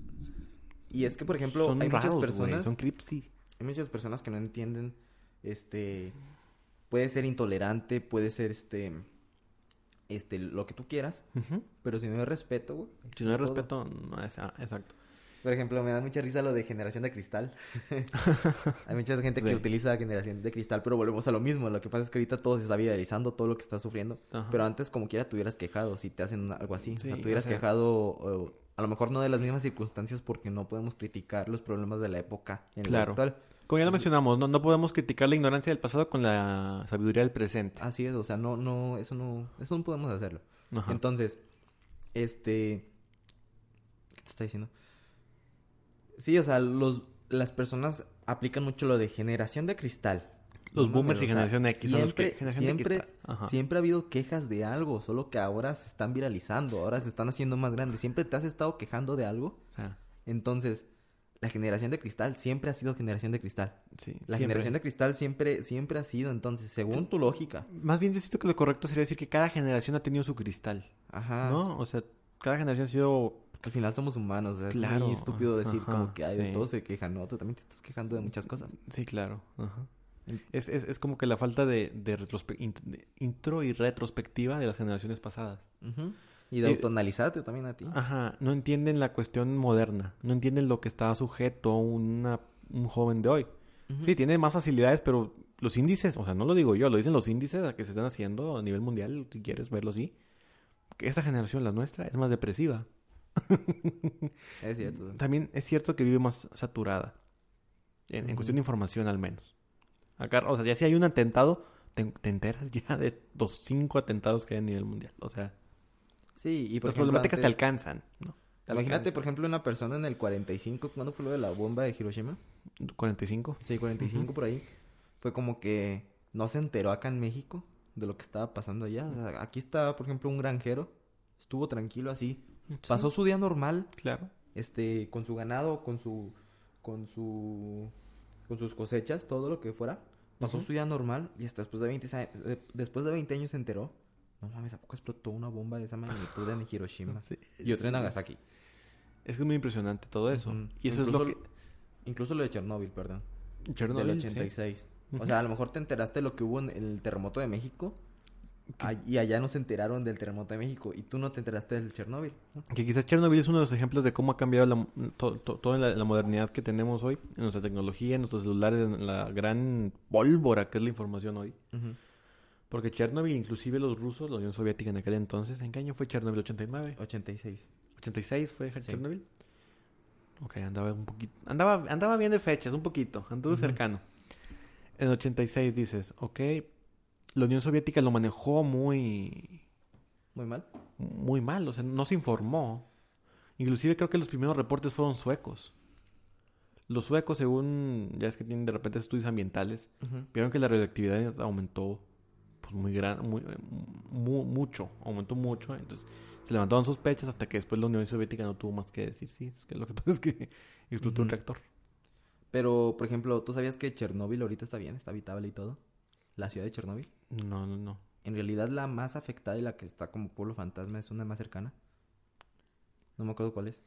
Y es que, por ejemplo, son hay raros, muchas güey, personas, son creeps, sí. hay muchas personas que no entienden, puede ser intolerante, puede ser, lo que tú quieras, Ujú. pero si no hay respeto, güey. Si no hay todo. respeto, no es... exacto. Por ejemplo, me da mucha risa lo de generación de cristal. Hay mucha gente que Sí. utiliza generación de cristal, pero volvemos a lo mismo. Lo que pasa es que ahorita todo se está viralizando, todo lo que estás sufriendo. Ajá. Pero antes, como quiera, te hubieras quejado si te hacen algo así. Sí, o sea, te hubieras o sea- quejado, a lo mejor no de las mismas circunstancias, porque no podemos criticar los problemas de la época en la Claro. actual. Como ya lo Entonces, mencionamos, no podemos criticar la ignorancia del pasado con la sabiduría del presente. así es, o sea, eso no podemos hacerlo. Ajá. Entonces, ¿qué te está diciendo? Sí, o sea, las personas aplican mucho lo de generación de cristal. Los No boomers mames, y o sea, generación X son los que... siempre, Generación de siempre, cristal. Ajá. siempre ha habido quejas de algo, solo que ahora se están viralizando, ahora se están haciendo más grandes. Siempre te has estado quejando de algo, O sea, entonces la generación de cristal siempre ha sido generación de cristal. sí, La siempre. generación de cristal siempre ha sido, entonces, según tu lógica. Más bien yo siento que lo correcto sería decir que cada generación ha tenido su cristal, Ajá. ¿no? O sea, cada generación ha sido... Porque al final somos humanos, o sea, es Claro, muy estúpido decir ajá, como que ay, de sí. todos se quejan, ¿no? Tú también te estás quejando de muchas cosas. Sí, claro. Ajá. En- Es como que la falta de intro y retrospectiva de las generaciones pasadas. Ujú. Y de Y- autoanalizarte también a ti. Ajá, no entienden la cuestión moderna, no entienden lo que está sujeto un joven de hoy. Ujú. Sí, tiene más facilidades, pero los índices, o sea, no lo digo yo, lo dicen los índices a que se están haciendo a nivel mundial, si quieres verlo así, que esta generación, la nuestra, es más depresiva. Es cierto. También es cierto que vive más saturada, en Ujú. cuestión de información al menos. Acá, o sea, ya si hay un atentado, te enteras ya de los 5 atentados que hay a nivel mundial. O sea, Sí, y por las ejemplo, problemáticas te antes- alcanzan, ¿no? Te Imagínate, alcanzan. por ejemplo, una persona en el 45, ¿cuándo fue lo de la bomba de Hiroshima? 45. Sí, 45 Ujú. por ahí. Fue como que no se enteró acá en México de lo que estaba pasando allá. O sea, aquí está, por ejemplo, un granjero. Estuvo tranquilo así. Pasó Sí, su día normal, claro. con su ganado, con sus cosechas, todo lo que fuera. Pasó Ujú. su día normal y hasta después de 20 años se enteró. No mames, ¿a poco explotó una bomba de esa magnitud en Hiroshima? Sí, Y otra en es- Nagasaki. Es que es muy impresionante todo eso. Ujú. Y eso es lo que... Incluso lo de Chernóbil, perdón. Chernobyl, Del sí. 86. Ujú. O sea, a lo mejor te enteraste de lo que hubo en el terremoto de México. Y allá no se enteraron del terremoto de México. Y tú no te enteraste del Chernóbil, ¿no? Que quizás Chernobyl es uno de los ejemplos de cómo ha cambiado toda la modernidad que tenemos hoy, en nuestra tecnología, en nuestros celulares, en la gran pólvora que es la información hoy. Ujú. Porque Chernobyl, inclusive los rusos, la Unión Soviética en aquel entonces, ¿en qué año fue Chernobyl? ¿89? 86. ¿86 fue Sí. Chernobyl? Ok, andaba un poquito... Andaba bien de fechas, un poquito. Anduvo Ujú. cercano. En 86 dices, ok, la Unión Soviética lo manejó muy Muy mal. mal, o sea, no se informó. Inclusive creo que los primeros reportes fueron suecos. Los suecos, según, ya es que tienen de repente estudios ambientales, Ujú. vieron que la radioactividad aumentó pues mucho, aumentó mucho, entonces se levantaron sospechas hasta que después la Unión Soviética no tuvo más que decir, sí, es que lo que pasa es que explotó un Ujú. reactor. Pero, por ejemplo, ¿tú sabías que Chernóbil ahorita está bien? Está habitable y todo. La ciudad de Chernóbil. No. En realidad, la más afectada y la que está como pueblo fantasma es una más cercana. No me acuerdo cuál es.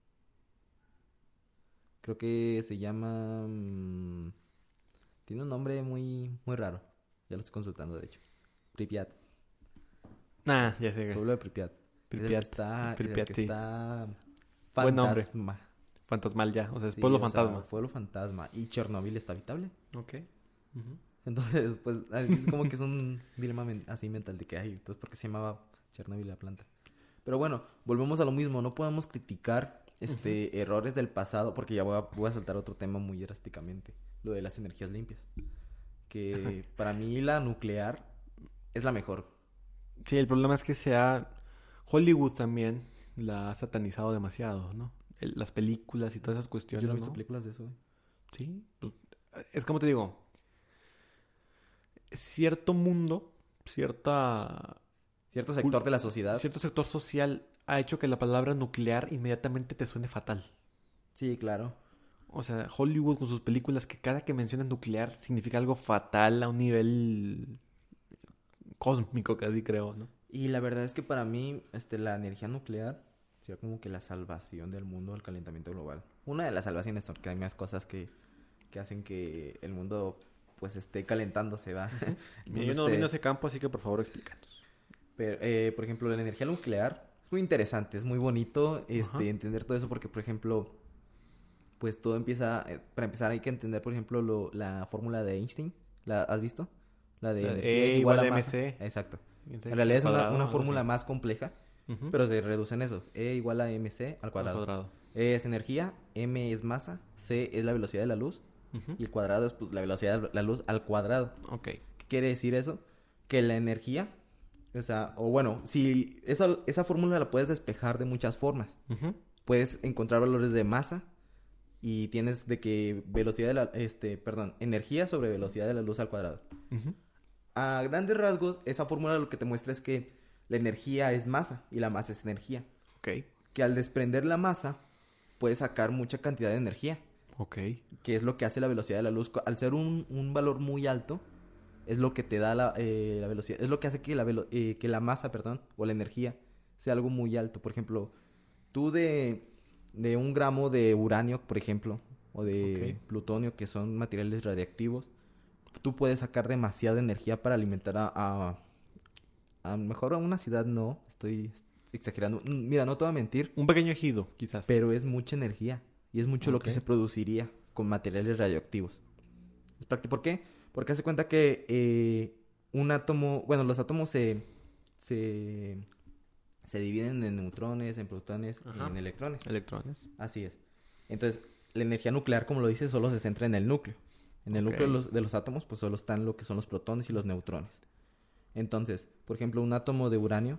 Creo que se llama... tiene un nombre muy raro. Ya lo estoy consultando, de hecho. Pripyat. Ah, ya sé. Pueblo de Pripyat. Pripyat. Es el Pripyat, que sí. está... Buen nombre. Fantasma. Fantasmal ya, o sea, es Sí, pueblo o sea, fantasma. pueblo fantasma. Y Chernóbil está habitable. Ok. Ujú. Entonces, pues, es como que es un dilema así mental de que, ay, entonces, ¿por qué se llamaba Chernobyl la planta? Pero bueno, volvemos a lo mismo. No podemos criticar errores del pasado, porque ya voy a saltar otro tema muy drásticamente. Lo de las energías limpias. Que para mí la nuclear es la mejor. Sí, el problema es que Hollywood también la ha satanizado demasiado, ¿no? Las películas y todas esas cuestiones, Yo no he visto ¿no? películas de eso, güey. Sí, pues, es como te digo, cierto mundo, Cierto sector de la sociedad. cierto sector social ha hecho que la palabra nuclear inmediatamente te suene fatal. Sí, claro. O sea, Hollywood con sus películas que cada que mencionan nuclear significa algo fatal a un nivel cósmico casi creo, ¿no? Y la verdad es que para mí, la energía nuclear sería como que la salvación del mundo del calentamiento global. Una de las salvaciones, porque hay más cosas que hacen que el mundo pues esté calentándose, ¿va? El Mira, mundo yo no esté- domino ese campo, así que por favor explícanos. Pero, por ejemplo, la energía nuclear es muy interesante, es muy bonito Ajá. entender todo eso porque, por ejemplo, pues todo empieza... para empezar hay que entender, por ejemplo, la fórmula de Einstein. ¿La has visto? La de La de energía es E igual a igual a masa. MC. Exacto. ¿En En realidad es cuadrado? una Algo fórmula así. más compleja, Ujú. pero se reduce en eso. E igual a mc al Al cuadrado. cuadrado. E es energía, m es masa, c es la velocidad de la luz Ujú. y el cuadrado es pues la velocidad de la luz al cuadrado. Ok. ¿Qué quiere decir eso? Que la energía, o sea, o bueno, si esa fórmula la puedes despejar de muchas formas. Ujú. Puedes encontrar valores de masa y tienes de que velocidad de la, energía sobre velocidad de la luz al cuadrado. Ujú. A grandes rasgos, esa fórmula lo que te muestra es que la energía es masa y la masa es energía. Ok. Que al desprender la masa, puedes sacar mucha cantidad de energía, Ok. que es lo que hace la velocidad de la luz. Al ser un valor muy alto, es lo que te da la velocidad, es lo que hace que que la masa, perdón, o la energía sea algo muy alto. Por ejemplo, tú de 1 gramo de uranio, por ejemplo, o de Ok. plutonio, que son materiales radiactivos, tú puedes sacar demasiada energía para alimentar a lo mejor a una ciudad, no, estoy exagerando. Mira, no te voy a mentir, Un pequeño ejido, quizás. pero es mucha energía y es mucho lo que Ok. se produciría con materiales radioactivos. Es práctico. ¿Por qué? Porque hace cuenta que un átomo, bueno, los átomos se, se dividen en neutrones, en protones y Ajá. en electrones. Electrones. Así es. Entonces, la energía nuclear, como lo dice, solo se centra en el núcleo. En el Ok. núcleo de los átomos, pues solo están lo que son los protones y los neutrones. Entonces, por ejemplo, un átomo de uranio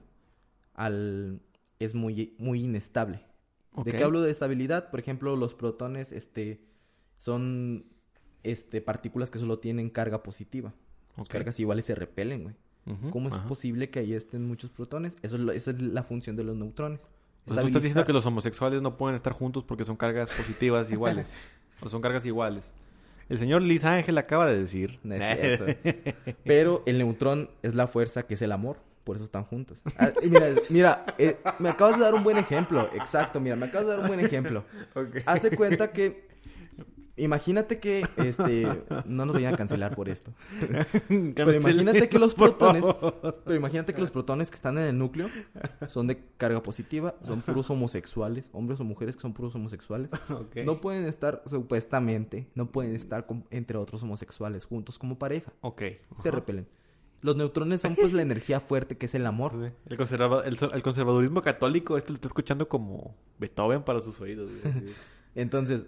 es muy inestable. Ok. ¿De qué hablo de estabilidad? Por ejemplo, los protones son partículas que solo tienen carga positiva. Las Ok. cargas iguales se repelen, güey. Ujú. ¿Cómo es Ajá. posible que ahí estén muchos protones? Esa es la función de los neutrones. O sea, tú estás diciendo Estabilizar. que los homosexuales no pueden estar juntos porque son cargas positivas iguales. O son cargas iguales. El señor Liz Ángel acaba de decir. No es cierto. Pero el neutrón es la fuerza que es el amor. Por eso están juntos. Ah, y mira, me acabas de dar un buen ejemplo. Exacto, mira, me acabas de dar un buen ejemplo. Ok. Hace cuenta que... Imagínate que, no nos vayan a cancelar por esto. Pero imagínate que los Por protones... favor. Pero imagínate que los protones que están en el núcleo son de carga positiva, son puros homosexuales, hombres o mujeres que son puros homosexuales. Ok. No pueden estar, supuestamente, no pueden estar entre otros homosexuales juntos como pareja. Ok. Se Ajá. repelen. Los neutrones son pues la energía fuerte que es el amor. Sí. El conservadurismo católico, esto lo está escuchando como Beethoven para sus oídos. Güey, así. Entonces,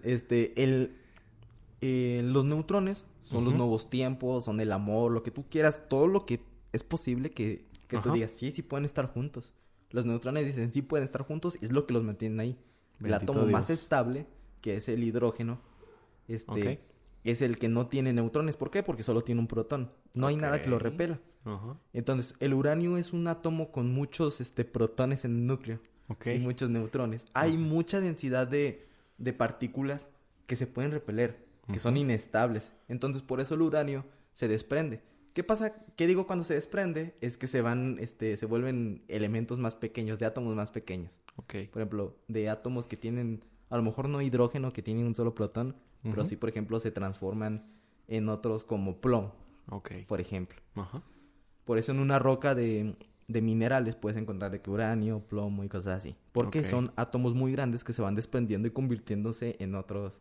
los neutrones son los Ujú. nuevos tiempos, son el amor, lo que tú quieras, todo lo que es posible que tú Ajá. digas, sí pueden estar juntos. Los neutrones dicen, sí pueden estar juntos y es lo que los mantienen ahí. El Bendito átomo más Dios. estable, que es el hidrógeno, Ok. es el que no tiene neutrones. ¿Por qué? Porque solo tiene un protón. No hay nada que lo Ok. repela. Ajá. Entonces, el uranio es un átomo con muchos Ok. protones en el núcleo y muchos neutrones. Hay Ajá. mucha densidad de partículas que se pueden repeler, que son Ujú. inestables. Entonces, por eso el uranio se desprende. ¿Qué pasa? ¿Qué digo cuando se desprende? Es que se vuelven elementos más pequeños, de átomos más pequeños. Ok. Por ejemplo, de átomos que tienen, a lo mejor no hidrógeno, que tienen un solo protón, pero Ujú. sí, por ejemplo, se transforman en otros como plomo, Ok. por ejemplo. Ajá. Por eso en una roca de minerales puedes encontrar de que uranio, plomo y cosas así. Porque Ok. son átomos muy grandes que se van desprendiendo y convirtiéndose en otros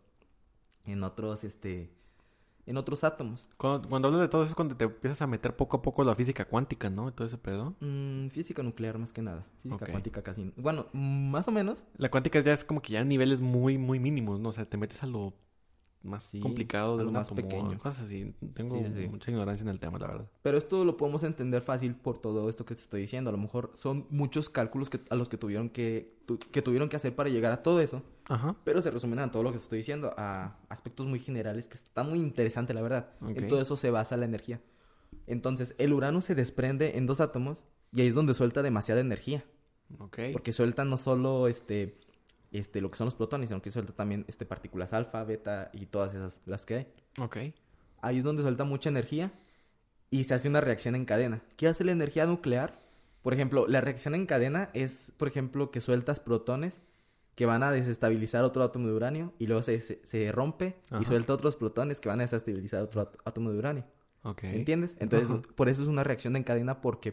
átomos. Cuando hablas de todo eso es cuando te empiezas a meter poco a poco la física cuántica, ¿no? Y todo ese pedo. Física nuclear más que nada. Física Ok. cuántica casi. Bueno, más o menos. La cuántica ya es como que ya niveles muy, muy mínimos, ¿no? O sea, te metes a lo más Sí, complicado de a lo un más átomo, pequeño. cosas así. Tengo Sí, sí, sí. mucha ignorancia en el tema, la verdad. Pero esto lo podemos entender fácil por todo esto que te estoy diciendo. A lo mejor son muchos cálculos a los que tuvieron que hacer para llegar a todo eso. Ajá. Pero se resumen a todo lo que te estoy diciendo, a aspectos muy generales, que está muy interesante, la verdad. Ok. En todo eso se basa la energía. Entonces, el uranio se desprende en 2 átomos y ahí es donde suelta demasiada energía. Ok. Porque suelta no solo lo que son los protones, sino que suelta también partículas alfa, beta y todas esas, las que hay. Ok. Ahí es donde suelta mucha energía y se hace una reacción en cadena. ¿Qué hace la energía nuclear? Por ejemplo, la reacción en cadena es, por ejemplo, que sueltas protones que van a desestabilizar otro átomo de uranio y luego se rompe y Ajá. suelta otros protones que van a desestabilizar otro átomo de uranio. Ok. ¿Entiendes? Entonces, Ajá. por eso es una reacción en cadena porque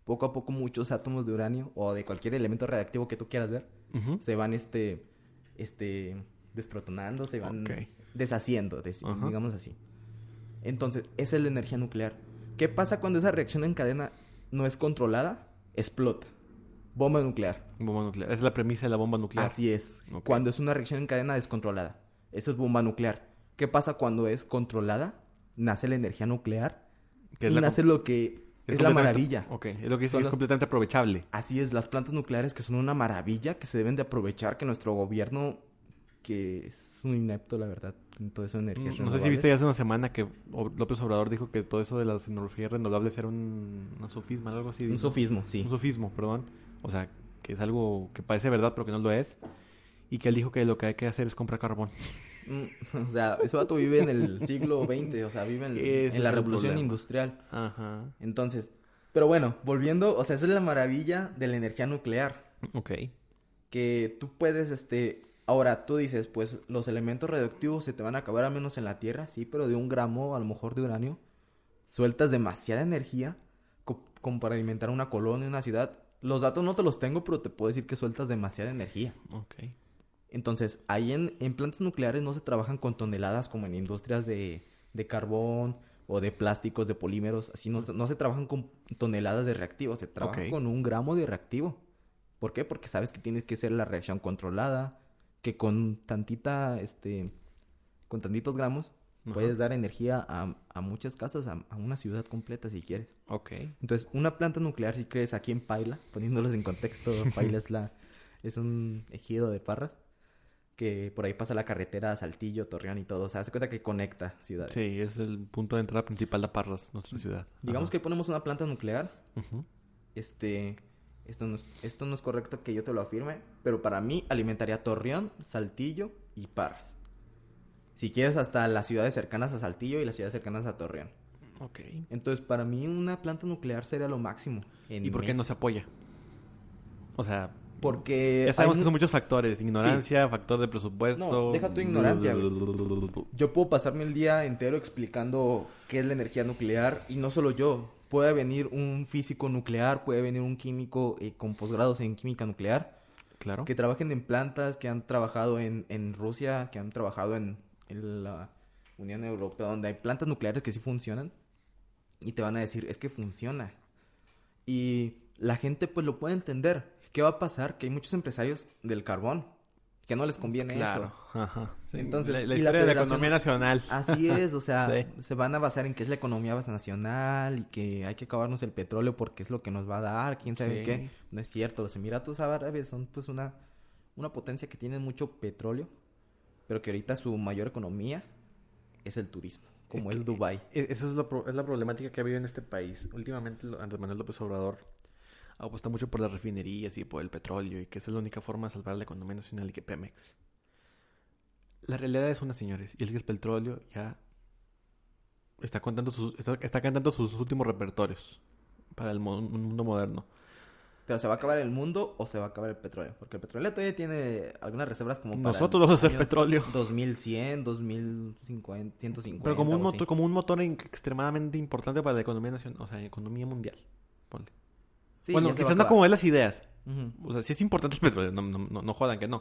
poco a poco muchos átomos de uranio o de cualquier elemento radiactivo que tú quieras ver Ujú. se van desprotonando, se van Ok. deshaciendo, Ajá. digamos así. Entonces, esa es la energía nuclear. ¿Qué pasa cuando esa reacción en cadena no es controlada? Explota. Bomba nuclear. Bomba nuclear. Esa es la premisa de la bomba nuclear. Así es. Ok. Cuando es una reacción en cadena descontrolada. Eso es bomba nuclear. ¿Qué pasa cuando es controlada? Nace la energía nuclear Que es y la nace lo que es la completamente- maravilla. Ok. Es lo que dice Son que es las- completamente aprovechable. Así es, las plantas nucleares que son una maravilla, que se deben de aprovechar, que nuestro gobierno, que es un inepto, la verdad, en todo eso de energías No sé si renovables. viste ya hace una semana que López Obrador dijo que todo eso de las energías renovables era una sofisma, algo así. Un dijo. sofismo, sí. Un sofismo, perdón. O sea, que es algo que parece verdad, pero que no lo es. Y que él dijo que lo que hay que hacer es comprar carbón. O sea, ese vato vive en el siglo XX, o sea, vive Ese en la es el revolución problema. industrial. Ajá. Entonces, pero bueno, volviendo, o sea, esa es la maravilla de la energía nuclear. Ok. Que tú puedes, ahora tú dices, pues los elementos radioactivos se te van a acabar a menos en la Tierra, sí, pero de 1 gramo a lo mejor de uranio, sueltas demasiada energía como para alimentar una colonia, una ciudad. Los datos no te los tengo, pero te puedo decir que sueltas demasiada energía. Ok. Entonces, ahí en plantas nucleares no se trabajan con toneladas como en industrias de carbón o de plásticos, de polímeros. Así no se trabajan con toneladas de reactivos, se trabaja Ok. con 1 gramo de reactivo. ¿Por qué? Porque sabes que tienes que ser la reacción controlada, que con con tantitos gramos Ajá. puedes dar energía a muchas casas, a una ciudad completa si quieres. Ok. Entonces, una planta nuclear, si crees, aquí en Paila, poniéndolos en contexto, Paila es un ejido de Parras, que por ahí pasa la carretera a Saltillo, Torreón y todo. O sea, se cuenta que conecta ciudades. Sí, es el punto de entrada principal de Parras, nuestra ciudad. Digamos Ajá. que ponemos una planta nuclear. Ujú. Esto no es correcto que yo te lo afirme, pero para mí alimentaría Torreón, Saltillo y Parras. Si quieres, hasta las ciudades cercanas a Saltillo y las ciudades cercanas a Torreón. Ok. Entonces, para mí una planta nuclear sería lo máximo. ¿Y por qué no se apoya? O sea, Porque ya sabemos hay que son muchos factores. Ignorancia, factor de presupuesto. No, deja tu ignorancia, yo puedo pasarme el día entero explicando qué es la energía nuclear y no solo yo. Puede venir un físico nuclear, puede venir un químico con posgrados en química nuclear, Claro. que trabajen en plantas, que han trabajado en Rusia, que han trabajado en la Unión Europea, donde hay plantas nucleares que sí funcionan y te van a decir, es que funciona. Y la gente pues lo puede entender. ¿Qué va a pasar? Que hay muchos empresarios del carbón que no les conviene Claro. eso. Ajá. Sí, Entonces, la y la historia de la Federación- economía nacional. Así es, o sea, Sí. se van a basar en que es la economía nacional y que hay que acabarnos el petróleo porque es lo que nos va a dar, quién sabe Sí. qué. No es cierto, los Emiratos Árabes son pues una potencia que tiene mucho petróleo, pero que ahorita su mayor economía es el turismo, como es Dubái. Esa es la problemática que ha habido en este país. Últimamente Andrés Manuel López Obrador apuesta mucho por las refinerías y por el petróleo y que esa es la única forma de salvar la economía nacional y que Pemex. La realidad es una, señores, y es que el petróleo ya está cantando sus últimos repertorios para el mundo moderno. Pero ¿se va a acabar el mundo o se va a acabar el petróleo? Porque el petróleo todavía tiene algunas reservas como para Nosotros vamos a hacer año petróleo. 2100, 2050, 150. Pero como un algo así. motor, como un motor extremadamente importante para la economía nacional, o sea, economía mundial. Ponle. Sí, Bueno, ya se va a quizás no acabar. como ves las ideas. Ujú. O sea, sí es importante el petróleo, no jodan que no.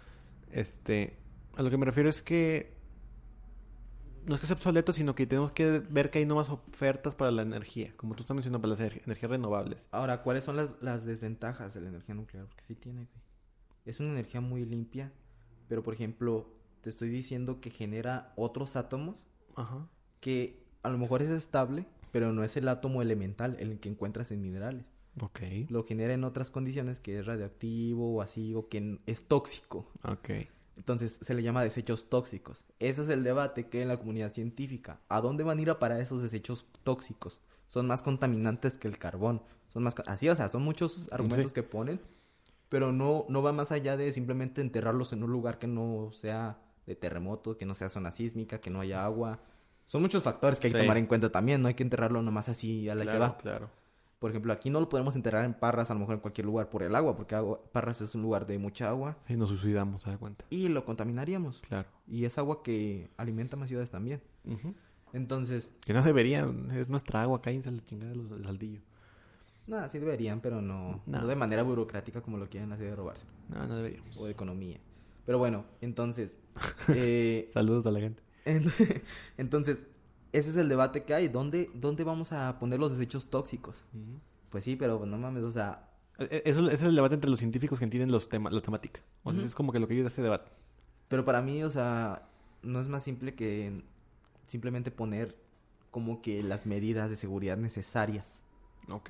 A lo que me refiero es que no es que sea obsoleto, sino que tenemos que ver que hay nuevas ofertas para la energía, como tú estás mencionando, para las energías renovables. Ahora, ¿cuáles son las desventajas de la energía nuclear? Porque sí tiene, güey. Es una energía muy limpia, pero por ejemplo, te estoy diciendo que genera otros átomos Ajá. que a lo mejor es estable, pero no es el átomo elemental, el que encuentras en minerales. Ok. Lo genera en otras condiciones, que es radioactivo o así, o que es tóxico. Ok. Entonces se le llama desechos tóxicos. Ese es el debate que hay en la comunidad científica. ¿A dónde van a ir a parar esos desechos tóxicos? Son más contaminantes que el carbón. Así, o sea, son muchos argumentos Sí. que ponen, pero no va más allá de simplemente enterrarlos en un lugar que no sea de terremoto, que no sea zona sísmica, que no haya agua. Son muchos factores que hay que Sí. tomar en cuenta también. No hay que enterrarlo nomás así a la y se va. Claro. Por ejemplo, aquí no lo podemos enterrar en Parras, a lo mejor en cualquier lugar por el agua, porque Parras es un lugar de mucha agua Sí, nos suicidamos, ¿se da cuenta? y lo contaminaríamos. Claro. Y es agua que alimenta más ciudades también. Ujú. Entonces, Que no deberían, es nuestra agua, cállense la chingada del Saltillo. No, sí deberían, pero no No. de manera burocrática como lo quieren hacer de robarse. No, no deberíamos. O de economía. Pero bueno, entonces... Saludos a la gente. entonces, ese es el debate que hay. ¿Dónde vamos a poner los desechos tóxicos? Pues sí, pero no mames, o sea... Ese es el debate entre los científicos que entienden la temática. O sea, Ujú. es como que lo que ellos hacen debate. Pero para mí, o sea, no es más simple que simplemente poner como que las medidas de seguridad necesarias. Ok.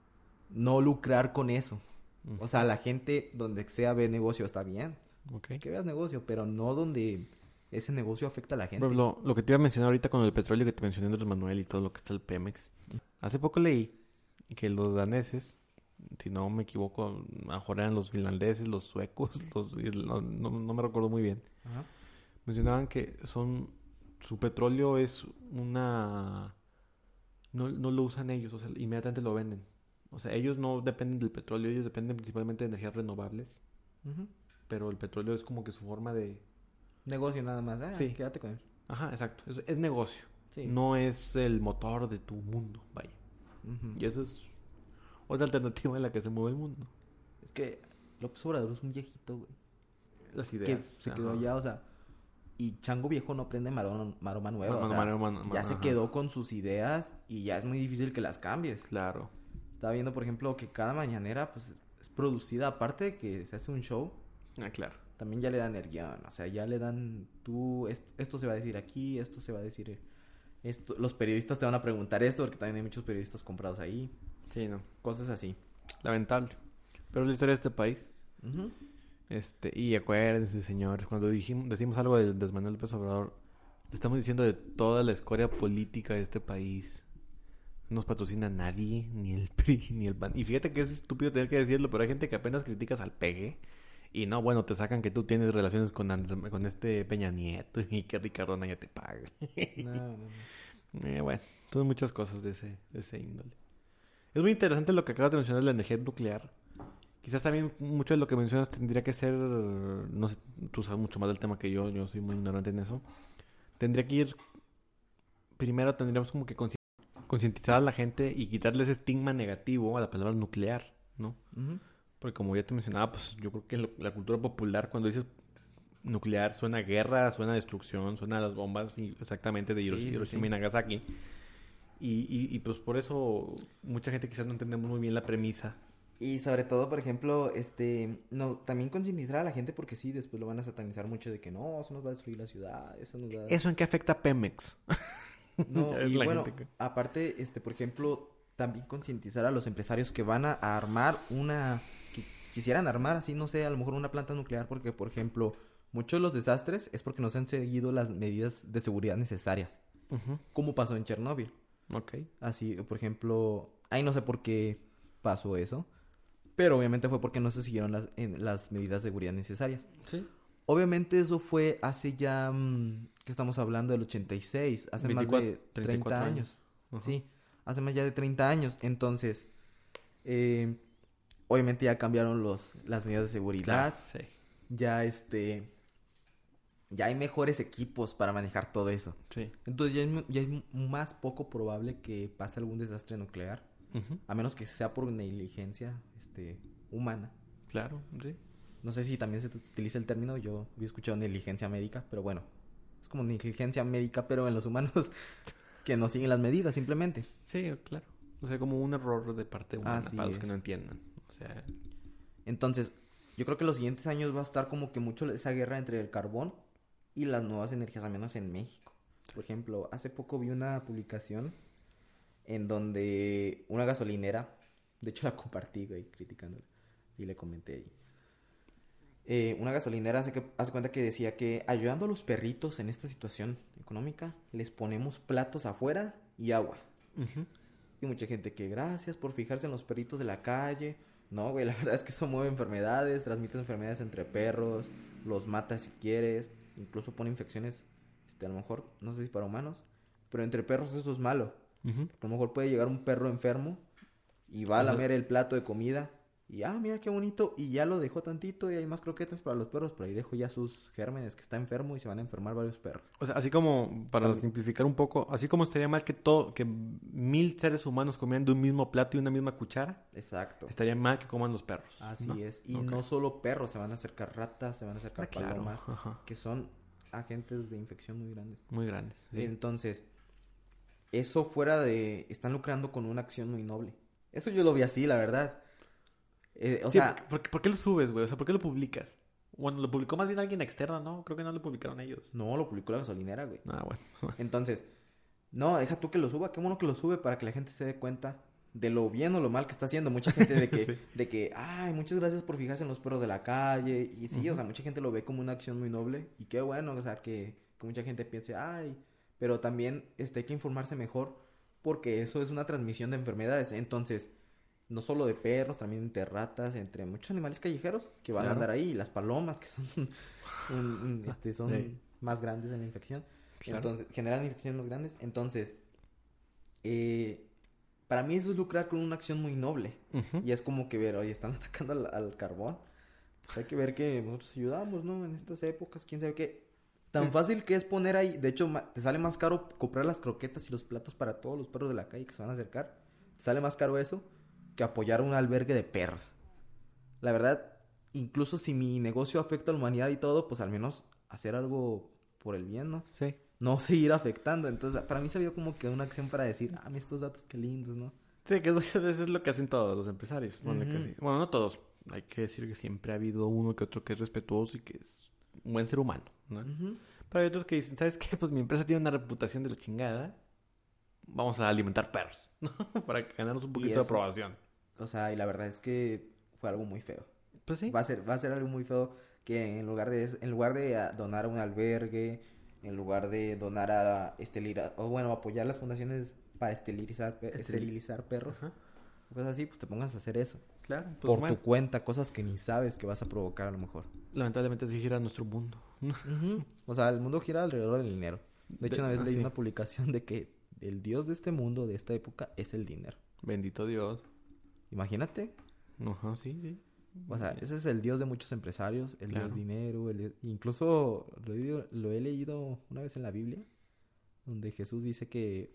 No lucrar con eso. O sea, la gente donde sea ve negocio está bien. Ok. Que veas negocio, pero no donde ese negocio afecta a la gente. Por ejemplo, lo que te iba a mencionar ahorita con el petróleo que te mencioné, Andrés Manuel, y todo lo que está el Pemex. Hace poco leí que los daneses, si no me equivoco, a lo mejor eran los finlandeses, los suecos, no me recuerdo muy bien. Ajá. Mencionaban que su petróleo es una... No lo usan ellos, o sea, inmediatamente lo venden. O sea, ellos no dependen del petróleo, ellos dependen principalmente de energías renovables. Ujú. Pero el petróleo es como que su forma de... Negocio nada más. Sí. Quédate con él. Ajá, exacto. Es negocio. Sí. No es el motor de tu mundo, vaya. Ujú. Y eso es otra alternativa en la que se mueve el mundo. Es que López Obrador es un viejito, güey. Las Que ideas. se quedó allá, o sea... Y Chango Viejo no aprende maroma nueva. O sea, Maroma, ya se ajá. quedó con sus ideas y ya es muy difícil que las cambies. Claro. Estaba viendo, por ejemplo, que cada mañanera pues es producida, aparte de que se hace un show, Ah, claro. también ya le dan el guión. O sea, ya le dan esto se va a decir aquí, esto se va a decir esto. Los periodistas te van a preguntar esto, porque también hay muchos periodistas comprados ahí. Sí, no. Cosas así. Lamentable. Pero es la historia de este país. Ujú. Y acuérdense, señores, cuando decimos algo de Andrés Manuel López Obrador, le estamos diciendo de toda la escoria política de este país. No nos patrocina nadie, ni el PRI, ni el PAN. Y fíjate que es estúpido tener que decirlo, pero hay gente que apenas criticas al PG. Y no, bueno, te sacan que tú tienes relaciones con este Peña Nieto y que Ricardo Anaya te pague. No. Bueno, son muchas cosas de ese índole. Es muy interesante lo que acabas de mencionar de la energía nuclear. Quizás también mucho de lo que mencionas tendría que ser, no sé, tú sabes mucho más del tema que yo soy muy ignorante en eso. Tendría que ir, primero tendríamos como que concientizar a la gente y quitarle ese estigma negativo a la palabra nuclear, ¿no? Ujú. Porque como ya te mencionaba, pues yo creo que la cultura popular, cuando dices nuclear, suena a guerra, suena a destrucción, suena a las bombas exactamente de Hiroshima y Nagasaki. Y pues por eso mucha gente quizás no entendemos muy bien la premisa. Y sobre todo, por ejemplo, no, también concientizar a la gente porque sí, después lo van a satanizar mucho de que no, eso nos va a destruir la ciudad, eso nos va a... ¿Eso en qué afecta a Pemex? No, Ya ves y la bueno, gente que- aparte, por ejemplo, también concientizar a los empresarios que van a armar que quisieran armar así, no sé, a lo mejor una planta nuclear, porque, por ejemplo, muchos de los desastres es porque no se han seguido las medidas de seguridad necesarias, Ujú. como pasó en Chernóbil. Ok. Así, por ejemplo, ahí no sé por qué pasó eso, pero obviamente fue porque no se siguieron las medidas de seguridad necesarias. Sí. Obviamente eso fue hace ya, que estamos hablando del 86, hace 24, más de 30 34 años. Ajá. Sí, hace más ya de 30 años. Entonces, obviamente ya cambiaron las medidas de seguridad. Claro, sí. Ya ya hay mejores equipos para manejar todo eso. Sí. Entonces ya es más poco probable que pase algún desastre nuclear. Ujú. A menos que sea por negligencia, humana. Claro, sí. No sé si también se utiliza el término, yo había escuchado negligencia médica, pero bueno, es como negligencia médica, pero en los humanos que no siguen las medidas, simplemente. Sí, claro. O sea, como un error de parte humana Así para los que es. no entiendan. O sea, Entonces, yo creo que los siguientes años va a estar como que mucho esa guerra entre el carbón y las nuevas energías, al menos en México. Por ejemplo, hace poco vi una publicación en donde una gasolinera, de hecho la compartí, güey, criticándola, y le comenté ahí. Una gasolinera hace cuenta que decía que ayudando a los perritos en esta situación económica, les ponemos platos afuera y agua. ujú. Y mucha gente que gracias por fijarse en los perritos de la calle. No, güey, la verdad es que eso mueve enfermedades, transmite enfermedades entre perros, los mata si quieres, incluso pone infecciones, a lo mejor, no sé si para humanos, pero entre perros eso es malo. Ujú. A lo mejor puede llegar un perro enfermo y va a lamer el plato de comida Y mira qué bonito. Y ya lo dejó tantito y hay más croquetas para los perros. Pero ahí dejo ya sus gérmenes que está enfermo y se van a enfermar varios perros. O sea, así como, para simplificar un poco, así como estaría mal que 1000 seres humanos comieran de un mismo plato y una misma cuchara, Exacto. estaría mal que coman los perros. Así ¿no? es. Y no solo perros, se van a acercar ratas, se van a acercar palomas, Ajá. que son agentes de infección muy grandes. Muy grandes. Sí. Entonces, eso fuera de... Están lucrando con una acción muy noble. Eso yo lo vi así, la verdad. O sí, sea... ¿por qué lo subes, güey? O sea, ¿por qué lo publicas? Bueno, lo publicó más bien alguien externo, ¿no? Creo que no lo publicaron ellos. No, lo publicó la gasolinera, güey. Bueno. Entonces, no, deja tú que lo suba. Qué bueno que lo sube para que la gente se dé cuenta de lo bien o lo mal que está haciendo. Mucha gente sí. Ay, muchas gracias por fijarse en los perros de la calle. Y sí, o sea, mucha gente lo ve como una acción muy noble. Y qué bueno, o sea, que mucha gente piense, ay, pero también hay que informarse mejor porque eso es una transmisión de enfermedades. Entonces, no solo de perros, también entre ratas, entre muchos animales callejeros que van a andar ahí. Las palomas, que son, son más grandes en la infección. Claro. Entonces, generan infecciones más grandes. Entonces, para mí eso es lucrar con una acción muy noble. Y es como que ver, oye, están atacando al carbón. Pues hay que ver que nosotros ayudamos, ¿no? En estas épocas, quién sabe qué. Tan fácil que es poner ahí. De hecho, te sale más caro comprar las croquetas y los platos para todos los perros de la calle que se van a acercar. Te sale más caro eso que apoyar un albergue de perros. La verdad, incluso si mi negocio afecta a la humanidad y todo, pues al menos hacer algo por el bien, ¿no? Sí. No seguir afectando. Entonces, para mí se vio como que una acción para decir, mira estos datos qué lindos, ¿no? Sí, que muchas veces es lo que hacen todos los empresarios. Bueno, no todos. Hay que decir que siempre ha habido uno que otro que es respetuoso y que es un buen ser humano, ¿no? Pero hay otros que dicen, ¿sabes qué? Pues mi empresa tiene una reputación de la chingada. Vamos a alimentar perros, ¿no? Para ganarnos un poquito de aprobación. O sea, y la verdad es que fue algo muy feo. Pues sí. Va a ser algo muy feo que en lugar de donar a un albergue, en lugar de donar a apoyar las fundaciones para esterilizar perros, cosas así, pues te pongas a hacer eso. Claro. Pues por tu cuenta, cosas que ni sabes que vas a provocar a lo mejor. Lamentablemente así gira nuestro mundo. O sea, el mundo gira alrededor del dinero. De hecho, una vez leí una publicación de que el dios de este mundo, de esta época, es el dinero. Bendito Dios. Imagínate. Ajá, sí. O sea, ese es el dios de muchos empresarios, el dios dinero, incluso lo he leído una vez en la Biblia, donde Jesús dice que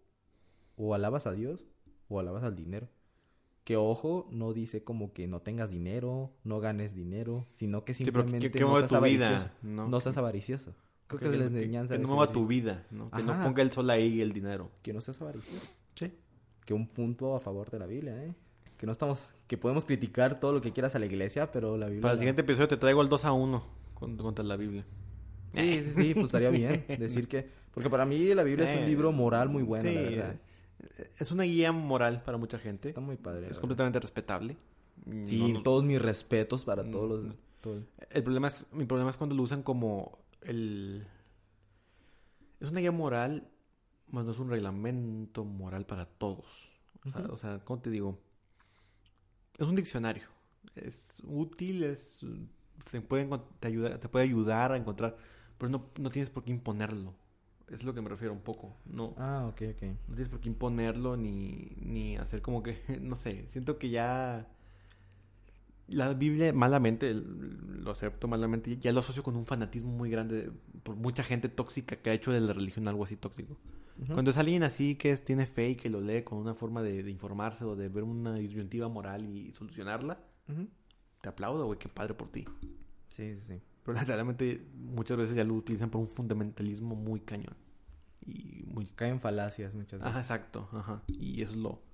o alabas a Dios o alabas al dinero. Que ojo, no dice como que no tengas dinero, no ganes dinero, sino que simplemente no seas avaricioso. No seas avaricioso. Creo que es la enseñanza. Que no mueva tu vida, ¿no? Que no ponga el sol ahí el dinero. Que no seas avaricioso. Sí. Que un punto a favor de la Biblia, ¿eh? Que podemos criticar todo lo que quieras a la iglesia, pero la Biblia... Para el siguiente episodio te traigo el 2-1 contra la Biblia. Sí, pues estaría bien decir que... Porque para mí la Biblia es un libro moral muy bueno, la verdad. Es una guía moral para mucha gente. Está muy padre. Es completamente respetable. Sí, todos mis respetos para todos los... Mi problema es cuando lo usan como es una guía moral, más no es un reglamento moral para todos. O sea, ¿cómo te digo? Es un diccionario. Es útil, te puede ayudar a encontrar, pero no tienes por qué imponerlo. Es lo que me refiero un poco. No. Ok. No tienes por qué imponerlo ni hacer como que, no sé, siento que ya la Biblia malamente, lo acepto malamente, ya lo asocio con un fanatismo muy grande por mucha gente tóxica que ha hecho de la religión algo así tóxico. Cuando es alguien así que tiene fe y que lo lee con una forma de informarse o de ver una disyuntiva moral y solucionarla, te aplaudo, güey, qué padre por ti. Sí. Pero literalmente muchas veces ya lo utilizan por un fundamentalismo muy cañón. Caen falacias muchas veces. Exacto. Y eso es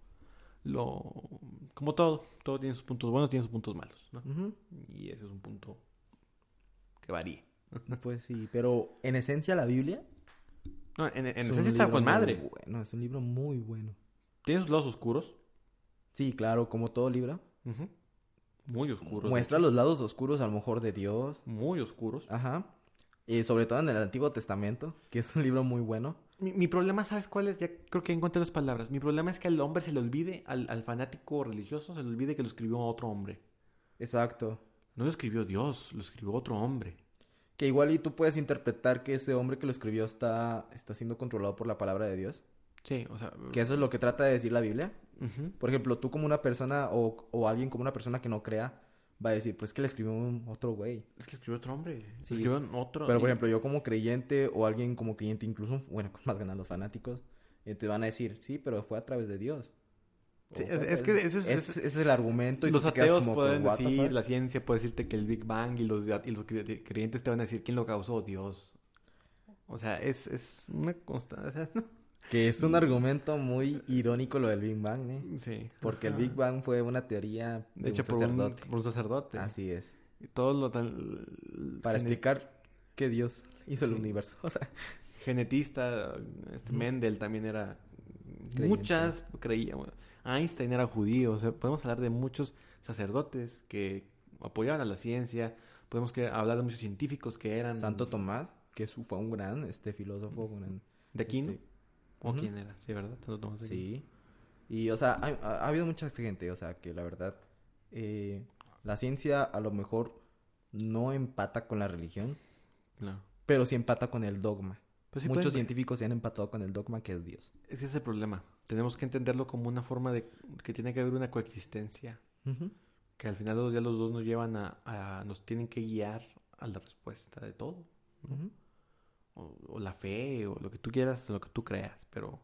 como todo tiene sus puntos buenos, tiene sus puntos malos, ¿no? Y ese es un punto que varía. Pues sí, pero en esencia la Biblia... No, en esencia está con madre. Bueno, es un libro muy bueno. ¿Tiene sus lados oscuros? Sí, claro, como todo libro. Muy oscuros. Muestra los lados oscuros a lo mejor de Dios. Muy oscuros. Y sobre todo en el Antiguo Testamento, que es un libro muy bueno. Mi problema, ¿sabes cuál es? Ya creo que encontré las palabras. Mi problema es que al hombre se le olvide, al fanático religioso, se le olvide que lo escribió otro hombre. Exacto. No lo escribió Dios, lo escribió otro hombre. Que igual y tú puedes interpretar que ese hombre que lo escribió está siendo controlado por la palabra de Dios. Sí, o sea... Que eso es lo que trata de decir la Biblia. Ujú. Por ejemplo, tú como una persona o alguien como una persona que no crea, va a decir, pues que le escribió otro güey. Es que escribió otro hombre. Sí. Escribió otro... Pero, por ejemplo, yo como creyente o alguien como creyente, incluso, bueno, con más ganas los fanáticos, te van a decir, sí, pero fue a través de Dios. Sí, O fue es a que través- ese ese es el argumento y los tú te quedas ateos como, pueden "What the decir, fuck?". la ciencia puede decirte que el Big Bang y los creyentes te van a decir quién lo causó, Dios. O sea, es una constante. O sea, Que es un argumento muy irónico lo del Big Bang, ¿eh? sí. Porque el Ajá. Big Bang fue una teoría de Hecha un sacerdote. por un sacerdote. Así es. Y todo lo tan... Para explicar que Dios hizo el Sí. universo. O sea, Genetista, Ujú. Mendel también era... Creyente. Muchas creían... Einstein era judío. O sea, podemos hablar de muchos sacerdotes que apoyaban a la ciencia. Podemos hablar de muchos científicos que eran... Santo Tomás, que fue un gran filósofo, un gran, ¿De Aquino? ¿O Ujú. quién era? Sí, ¿verdad? Santo Tomás de Aquino. Sí. Y, o sea, ha habido mucha gente, o sea, que la verdad, la ciencia a lo mejor no empata con la religión, Claro. pero sí empata con el dogma. Pues sí Muchos pueden- científicos se han empatado con el dogma que es Dios. Ese es el problema. Tenemos que entenderlo como una forma de que tiene que haber una coexistencia. Ujú. Que al final los días los dos nos llevan nos tienen que guiar a la respuesta de todo. Ujú. O la fe, o lo que tú quieras, lo que tú creas. Pero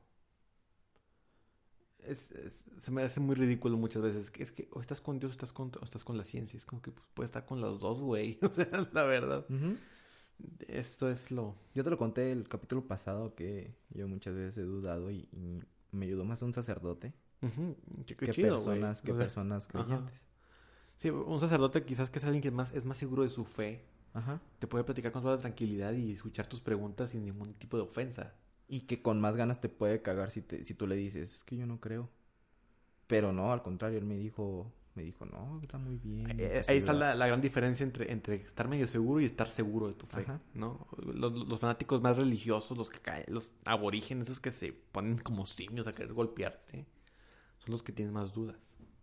se me hace muy ridículo muchas veces. Es que o estás con Dios o estás con la ciencia. Es como que pues, puedes estar con los dos, güey. O sea, la verdad. Ujú. Esto es lo... Yo te lo conté el capítulo pasado que yo muchas veces he dudado y me ayudó más un sacerdote Ujú, qué que chido, güey. personas, O sea, personas ajá. creyentes. Sí, un sacerdote quizás que es alguien que es más seguro de su fe. Ajá. Te puede platicar con toda tranquilidad y escuchar tus preguntas sin ningún tipo de ofensa. Y que con más ganas te puede cagar si tú le dices, es que yo no creo. Pero no, al contrario, él me dijo, no, está muy bien. Ahí está la gran diferencia entre estar medio seguro y estar seguro de tu fe, Ajá. ¿no? Los fanáticos más religiosos, los que caen, los aborígenes, esos que se ponen como simios a querer golpearte, son los que tienen más dudas.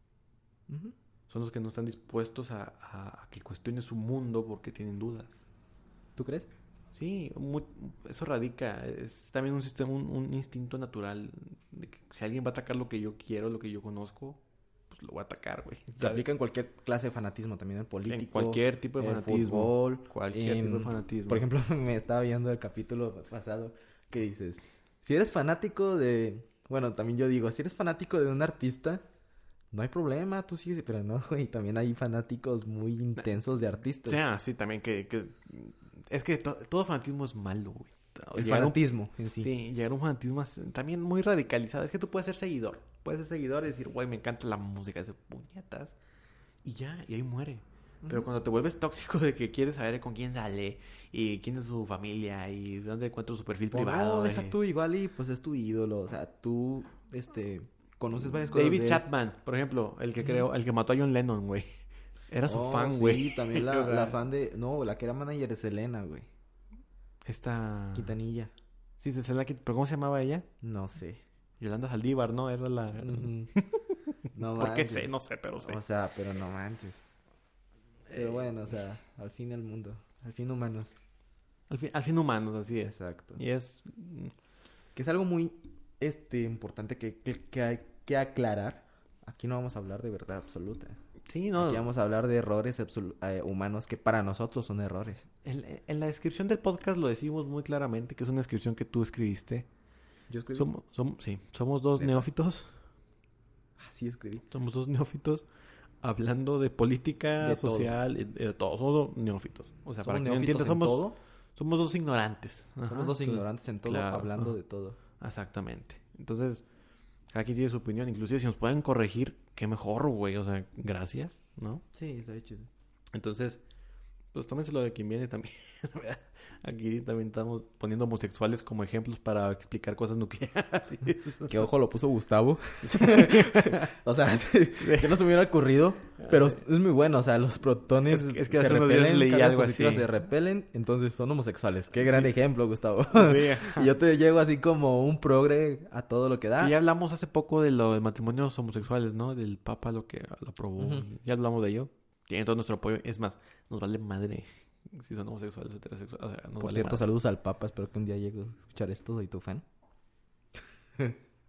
Ujú. Son los que no están dispuestos a que cuestionen su mundo porque tienen dudas. ¿Tú crees? Sí, eso radica, es también un sistema, un instinto natural de que si alguien va a atacar lo que yo quiero, lo que yo conozco, pues lo voy a atacar, güey. Se ¿sabes? aplica en cualquier clase de fanatismo, también en político. En cualquier tipo de en fanatismo. fútbol, Cualquier tipo de fanatismo. Por ejemplo, me estaba viendo el capítulo pasado que dices, si eres fanático de... Bueno, también yo digo, si eres fanático de un artista, no hay problema, tú sigues... Pero no, güey, también hay fanáticos muy intensos de O artistas. sea, sí, también que es que todo fanatismo es malo, güey. El Llegar a un- fanatismo en sí. Sí, llegar a un fanatismo también muy radicalizado. Es que tú puedes ser seguidor. Puedes ser seguidor y decir, güey, me encanta la música de puñetas. Y ya, y ahí muere. Pero Ujú. cuando te vuelves tóxico de que quieres saber con quién sale y quién es su familia y dónde encuentra su perfil O privado. no, deja tú igual y pues es tu ídolo. O sea, tú, conoces varias cosas David de él. Chapman, por ejemplo, el que creó, el que mató a John Lennon, güey. Era su Oh, fan, sí, güey. también O sea, la fan de... No, la que era manager es Selena, güey. Esta... Quintanilla. Sí, ¿pero cómo se llamaba ella? No sé. Yolanda Saldívar, ¿no? Era la... Ujú. No ¿Por qué manches. sé? No sé, pero sé. O sea, pero no manches. Pero bueno, o sea, al fin el mundo. Al fin humanos. Al fin humanos, así es. Exacto. Y es... Que es algo muy importante que hay que aclarar. Aquí no vamos a hablar de verdad absoluta. Sí, no. Aquí vamos a hablar de errores humanos que para nosotros son errores. En la descripción del podcast lo decimos muy claramente, que es una descripción que tú escribiste. Yo escribí. Somos dos ¿Neta? neófitos. Sí, escribí. Somos dos neófitos hablando de política De todo. social, de todo. Somos dos neófitos. O sea, para Somos que no neófitos entiendas, en todo. somos dos ignorantes. Ajá, Somos dos entonces, ignorantes en todo, claro, hablando ajá. de todo. Exactamente. Entonces, cada quien tiene su opinión. Inclusive si nos pueden corregir, qué mejor, güey. O sea, gracias, ¿no? Sí, está bien chido. Entonces, pues tómenselo de quien viene también. Aquí también estamos poniendo homosexuales como ejemplos para explicar cosas nucleares. Que ojo lo puso Gustavo. O sea, que no se me hubiera ocurrido. Pero es muy bueno. O sea, los protones Es que se hace unos días repelen, leí cargas algo positivas así. se repelen, entonces son homosexuales. Qué gran ejemplo, Gustavo. Sí. Y yo te llego así como un progre a todo lo que da. Y ya hablamos hace poco de los matrimonios homosexuales, ¿no? Del Papa lo que lo aprobó. Ujú. Ya hablamos de ello. Tiene todo nuestro apoyo. Es más, nos vale madre si son homosexuales o heterosexuales. O sea, nos Por vale cierto, madre. saludos al Papa. Espero que un día llegue a escuchar esto. Soy tu fan.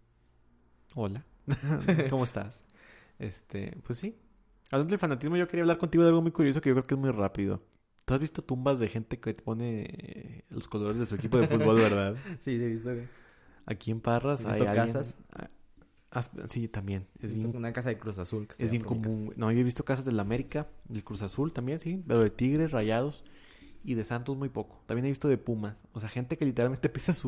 Hola. ¿Cómo estás? Pues sí. Hablando del fanatismo, yo quería hablar contigo de algo muy curioso que yo creo que es muy rápido. ¿Tú has visto tumbas de gente que te pone los colores de su equipo de fútbol, verdad? Sí, sí, he visto, güey. Aquí en Parras He hay visto alguien... casas. Sí, también. He visto una casa de Cruz Azul. Que Es bien común. No, yo he visto casas del América, del Cruz Azul también, sí. Pero de Tigres, Rayados y de Santos muy poco. También he visto de Pumas. O sea, gente que literalmente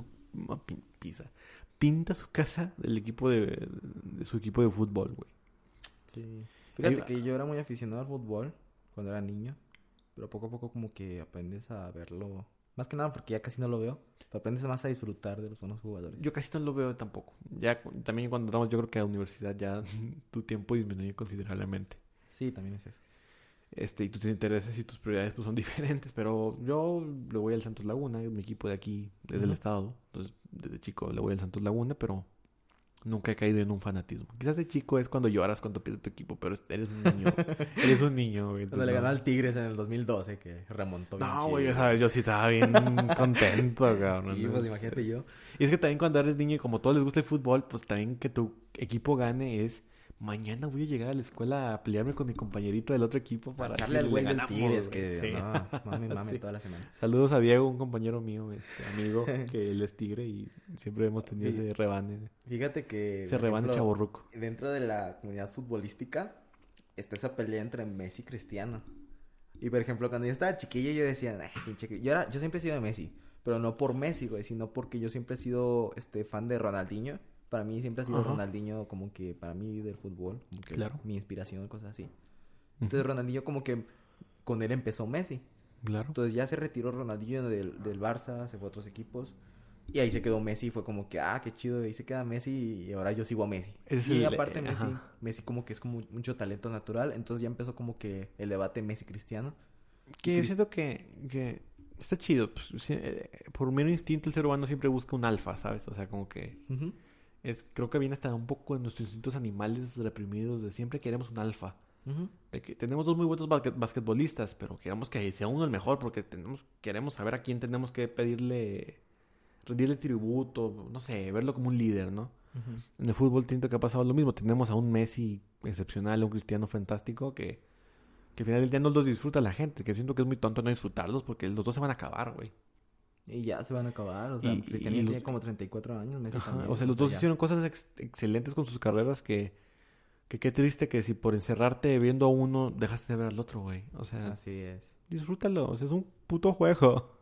pinta su casa del equipo de su equipo de fútbol, güey. Sí. Fíjate que yo era muy aficionado al fútbol cuando era niño. Pero poco a poco como que aprendes a verlo. Más que nada porque ya casi no lo veo. Pero aprendes más a disfrutar de los buenos jugadores. Yo casi no lo veo tampoco. Ya también cuando entramos, yo creo que a la universidad ya tu tiempo disminuye considerablemente. Sí, también es eso. Y tus intereses y tus prioridades pues son diferentes, pero yo le voy al Santos Laguna, es mi equipo de aquí, es del estado. Entonces, desde chico le voy al Santos Laguna, pero nunca he caído en un fanatismo. Quizás de chico es cuando lloras cuando pierdes tu equipo, pero eres un niño. Eres un niño, güey. Cuando le ganó al Tigres en el 2012, que remontó bien No, chido. güey, sabes, yo sí estaba bien contento, cabrón. Sí, pues imagínate yo. Y es que también cuando eres niño y como a todos les gusta el fútbol, pues también que tu equipo gane es... Mañana voy a llegar a la escuela a pelearme con mi compañerito del otro equipo para echarle al güey del Tigres, güey. que Sí. no, mame Sí. toda la semana. Saludos a Diego, un compañero mío, amigo, que él es tigre y siempre hemos tenido Sí. ese rebane. Fíjate que, Ese por rebane ejemplo, chavorruco. dentro de la comunidad futbolística está esa pelea entre Messi y Cristiano. Y por ejemplo, cuando yo estaba chiquillo yo decía, "Ay, pinche yo siempre he sido de Messi, pero no por Messi, güey, sino porque yo siempre he sido fan de Ronaldinho. Para mí siempre ha sido Ajá. Ronaldinho como que para mí del fútbol, como que Claro. mi inspiración, cosas así. Entonces Ronaldinho como que con él empezó Messi. Claro. Entonces ya se retiró Ronaldinho del Barça, se fue a otros equipos. Y ahí se quedó Messi y fue como que, qué chido, ahí se queda Messi y ahora yo sigo a Messi. Ese Y es el- aparte Messi, ajá. Messi como que es como mucho talento natural, entonces ya empezó como que el debate Messi-Cristiano. Que Y yo Cris- siento que está chido. Pues, sí, por mero instinto el ser humano siempre busca un alfa, ¿sabes? O sea, como que... Ujú. Creo que viene hasta un poco en nuestros instintos animales reprimidos de siempre queremos un alfa. Ujú. De que tenemos dos muy buenos basquetbolistas, pero queremos que sea uno el mejor porque queremos saber a quién tenemos que rendirle tributo, no sé, verlo como un líder, ¿no? Ujú. En el fútbol siento que ha pasado lo mismo. Tenemos a un Messi excepcional, a un Cristiano fantástico que al final del día no los disfruta la gente, que siento que es muy tonto no disfrutarlos porque los dos se van a acabar, güey. Y ya se van a acabar, o sea, Y Cristiano los- tiene como 34 años, Messi Ajá, también. o sea, los dos ya. hicieron cosas excelentes con sus carreras que qué triste que si por encerrarte viendo a uno dejaste de ver al otro, güey. O sea, Así es. disfrútalo, o sea, es un puto juego.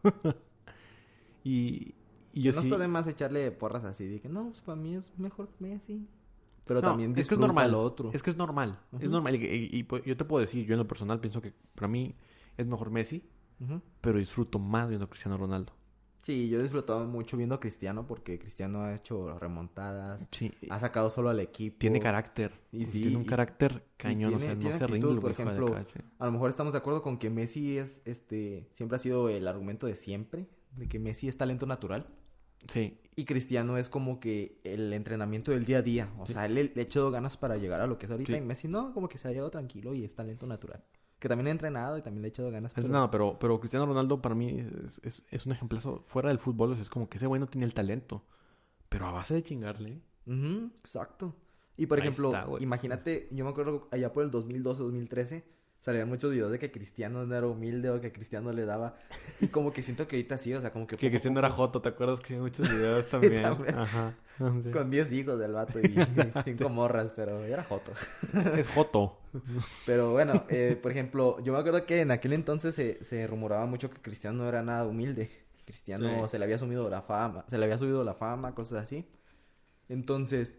y yo No sí... está de más echarle porras así, de que no, pues para mí es mejor Messi. Pero No, también es que es disfruta normal. lo otro. Es que es normal. Es Ujú. normal. Pues, yo te puedo decir, yo en lo personal pienso que para mí es mejor Messi, Ujú. pero disfruto más viendo a Cristiano Ronaldo. Sí, yo he disfrutado mucho viendo a Cristiano porque Cristiano ha hecho remontadas, Sí, ha sacado solo al equipo. tiene carácter. Y sí, tiene un y- carácter cañón, tiene- o sea, no tiene se actitud, rinde el por güey, juega de ejemplo, calle. A lo mejor estamos de acuerdo con que Messi es, siempre ha sido el argumento de siempre, de que Messi es talento natural. Sí, Y Cristiano es como que el entrenamiento del día a día. O Sí. sea, él le ha echado ganas para llegar a lo que es ahorita. Sí. Y Messi no, como que se ha llegado tranquilo y es talento natural. Que también ha entrenado y también le ha echado ganas. No, pero Cristiano Ronaldo para mí es un ejemplazo fuera del fútbol. O sea, es como que ese güey no tiene el talento. Pero a base de chingarle. Ujú, exacto. Y por Ahí ejemplo, está, güey. imagínate, yo me acuerdo allá por el 2012, 2013, salían muchos videos de que Cristiano no era humilde o que Cristiano le daba. Y como que siento que ahorita sí, o sea, como que Que poco a Cristiano era poco, joto, ¿te acuerdas que hay muchos videos Sí, también? también. Ajá. Sí. con 10 hijos del vato y 5 morras, pero era joto. Es joto. Pero bueno, por ejemplo, yo me acuerdo que en aquel entonces se rumoraba mucho que Cristiano no era nada humilde. Cristiano Sí. se le había subido la fama, cosas así. Entonces,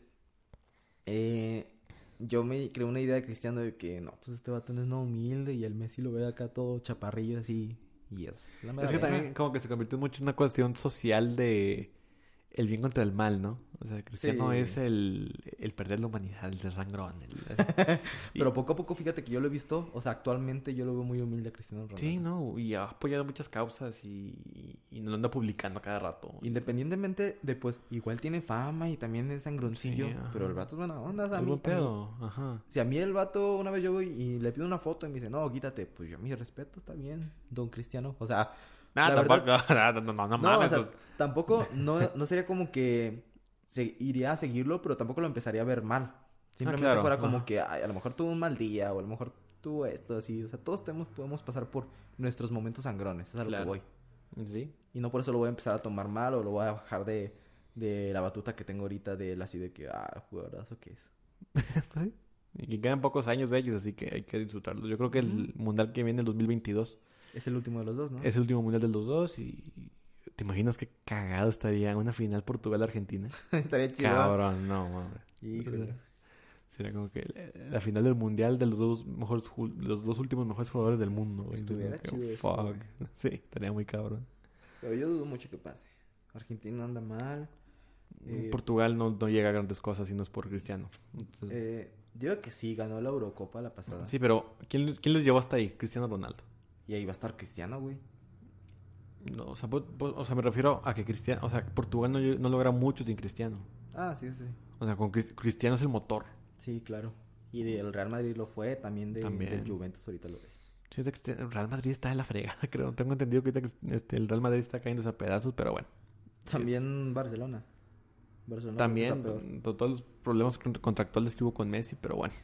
yo me creé una idea de Cristiano de que no, pues este vato no es nada humilde y el Messi lo ve acá todo chaparrillo así y es la mera Es que verga. también como que se convirtió mucho en una cuestión social de el bien contra el mal, ¿no? O sea, Cristiano Sí. es el perder la humanidad, el ser sangrón. Pero poco a poco, fíjate que yo lo he visto, o sea, actualmente yo lo veo muy humilde a Cristiano Ronaldo. Sí, no, y ha apoyado muchas causas y no lo anda publicando a cada rato. Independientemente de, pues, igual tiene fama y también es sangroncillo, Sí, ajá. pero el vato es buena onda, o sea, Es a mí, buen pedo, ajá. si a mí el vato, una vez yo voy y le pido una foto y me dice, no, quítate, pues yo mi respeto, está bien, don Cristiano, o sea, Nada, la tampoco, verdad- no no, mames, o sea, pues. tampoco, no sería como que iría a seguirlo, pero tampoco lo empezaría a ver mal. Simplemente claro. fuera como que ay, a lo mejor tuvo un mal día o a lo mejor tuvo esto, así. O sea, todos podemos pasar por nuestros momentos sangrones. Es a lo que voy. Sí. Y no por eso lo voy a empezar a tomar mal o lo voy a bajar de la batuta que tengo ahorita de él, así de que, jugadorazo que es. Pues sí. Y que quedan pocos años de ellos, así que hay que disfrutarlos. Yo creo que el mundial que viene, el 2022... Es el último de los dos, ¿no? Es el último mundial de los dos y... ¿Te imaginas qué cagado estaría una final Portugal-Argentina? Estaría chido. Cabrón, no, mames. Híjole. Sería como que la final del mundial de los dos últimos mejores jugadores del mundo. Güey. Estuviera Como chido que, eso, fuck. Sí, estaría muy cabrón. Pero yo dudo mucho que pase. Argentina anda mal. Portugal no llega a grandes cosas si no es por Cristiano. Entonces... digo que sí, ganó la Eurocopa la pasada. Sí, pero ¿quién los llevó hasta ahí? Cristiano Ronaldo. Y ahí va a estar Cristiano, güey. No, o sea, me refiero a que Cristiano... O sea, Portugal no logra mucho sin Cristiano. Ah, sí. O sea, con Cristiano es el motor. Sí, claro. Y del Real Madrid lo fue, también del Juventus ahorita lo es. Sí, el Real Madrid está en la fregada, creo. Tengo entendido que el Real Madrid está cayéndose a pedazos, pero bueno. También Barcelona. También todos los problemas contractuales que hubo con Messi, pero bueno,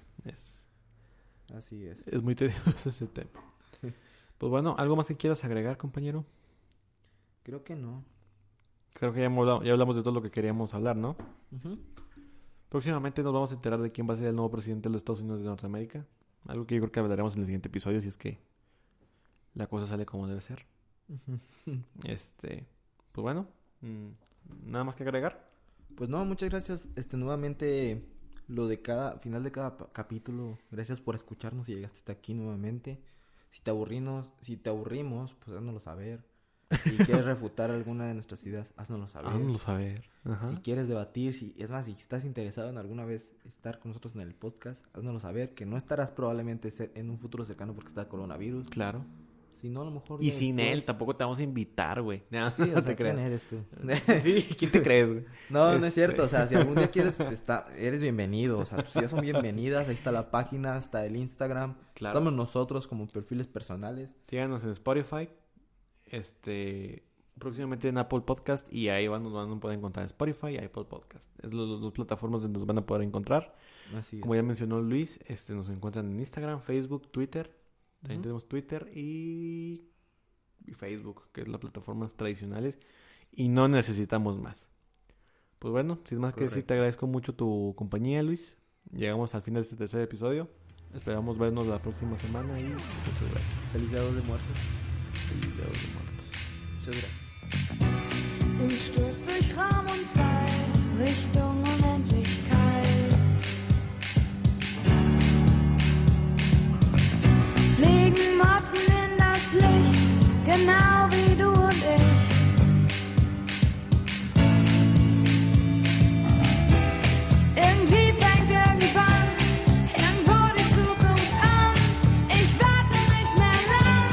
así es. Es muy tedioso ese tema. Pues bueno, ¿algo más que quieras agregar, compañero? Creo que no. Creo que ya hablamos de todo lo que queríamos hablar, ¿no? Uh-huh. Próximamente nos vamos a enterar de quién va a ser el nuevo presidente de los Estados Unidos de Norteamérica. Algo que yo creo que hablaremos en el siguiente episodio si es que la cosa sale como debe ser. Uh-huh. Pues bueno, nada más que agregar. Pues no, muchas gracias. Nuevamente, lo de final de cada capítulo. Gracias por escucharnos y llegaste hasta aquí nuevamente. Si te aburrimos, pues háznoslo saber. Si quieres refutar alguna de nuestras ideas, háznoslo saber. Háznoslo saber. Ajá. Si quieres debatir, si estás interesado en alguna vez estar con nosotros en el podcast, háznoslo saber. Que no estarás probablemente en un futuro cercano porque está el coronavirus. Claro. Si no, a lo mejor... Y sin él tampoco te vamos a invitar, güey. No, sí, no o sea, te creas. ¿quién eres tú? Sí, ¿quién te crees, güey? No es cierto. O sea, si algún día quieres, eres bienvenido. O sea, tus ideas son bienvenidas. Ahí está la página, está el Instagram. Claro. Estamos nosotros como perfiles personales. Síganos en Spotify. Próximamente en Apple Podcast. Y ahí nos van a poder encontrar Spotify y Apple Podcast. Es las dos plataformas donde nos van a poder encontrar. Así es. Como ya mencionó Luis, nos encuentran en Instagram, Facebook, Twitter. También tenemos Twitter y Facebook, que es las plataformas tradicionales, y no necesitamos más. Pues bueno, sin más que decir, te agradezco mucho tu compañía, Luis. Llegamos al final de este tercer episodio. Esperamos vernos la próxima semana y muchas gracias. Feliz Día de Muertos. Feliz Día de Muertos. Muchas gracias. Im Sturz durch Raum und Zeit, Richtung Unendlichkeit. Fliegen Motten in das Licht, genau wie du und ich. Irgendwie fängt irgendwann irgendwo die Zukunft an. Ich warte nicht mehr lang.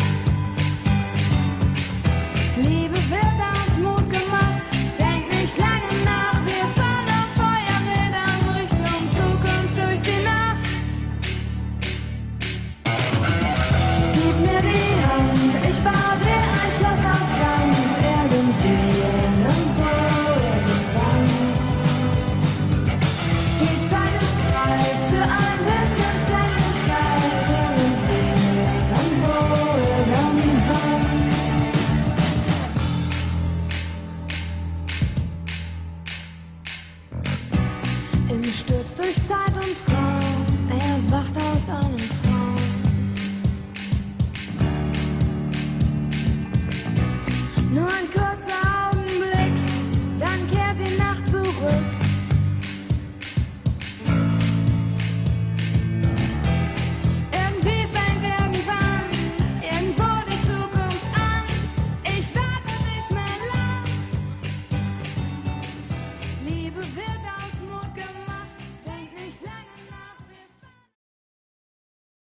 Liebe wird aus Mut gemacht. Denk nicht lange nach. Wir fahren auf Feuerrädern Richtung Zukunft durch die Nacht. Gib mir die Hand, ich baue dir ein Schloss aus Sand. Irgendwie, irgendwo, irgendwann. Die Zeit ist reif für ein bisschen Zärtlichkeit. Irgendwie, irgendwo, irgendwann. Im Sturz durch Zeit und Raum, er wacht aus einem Traum. Nur ein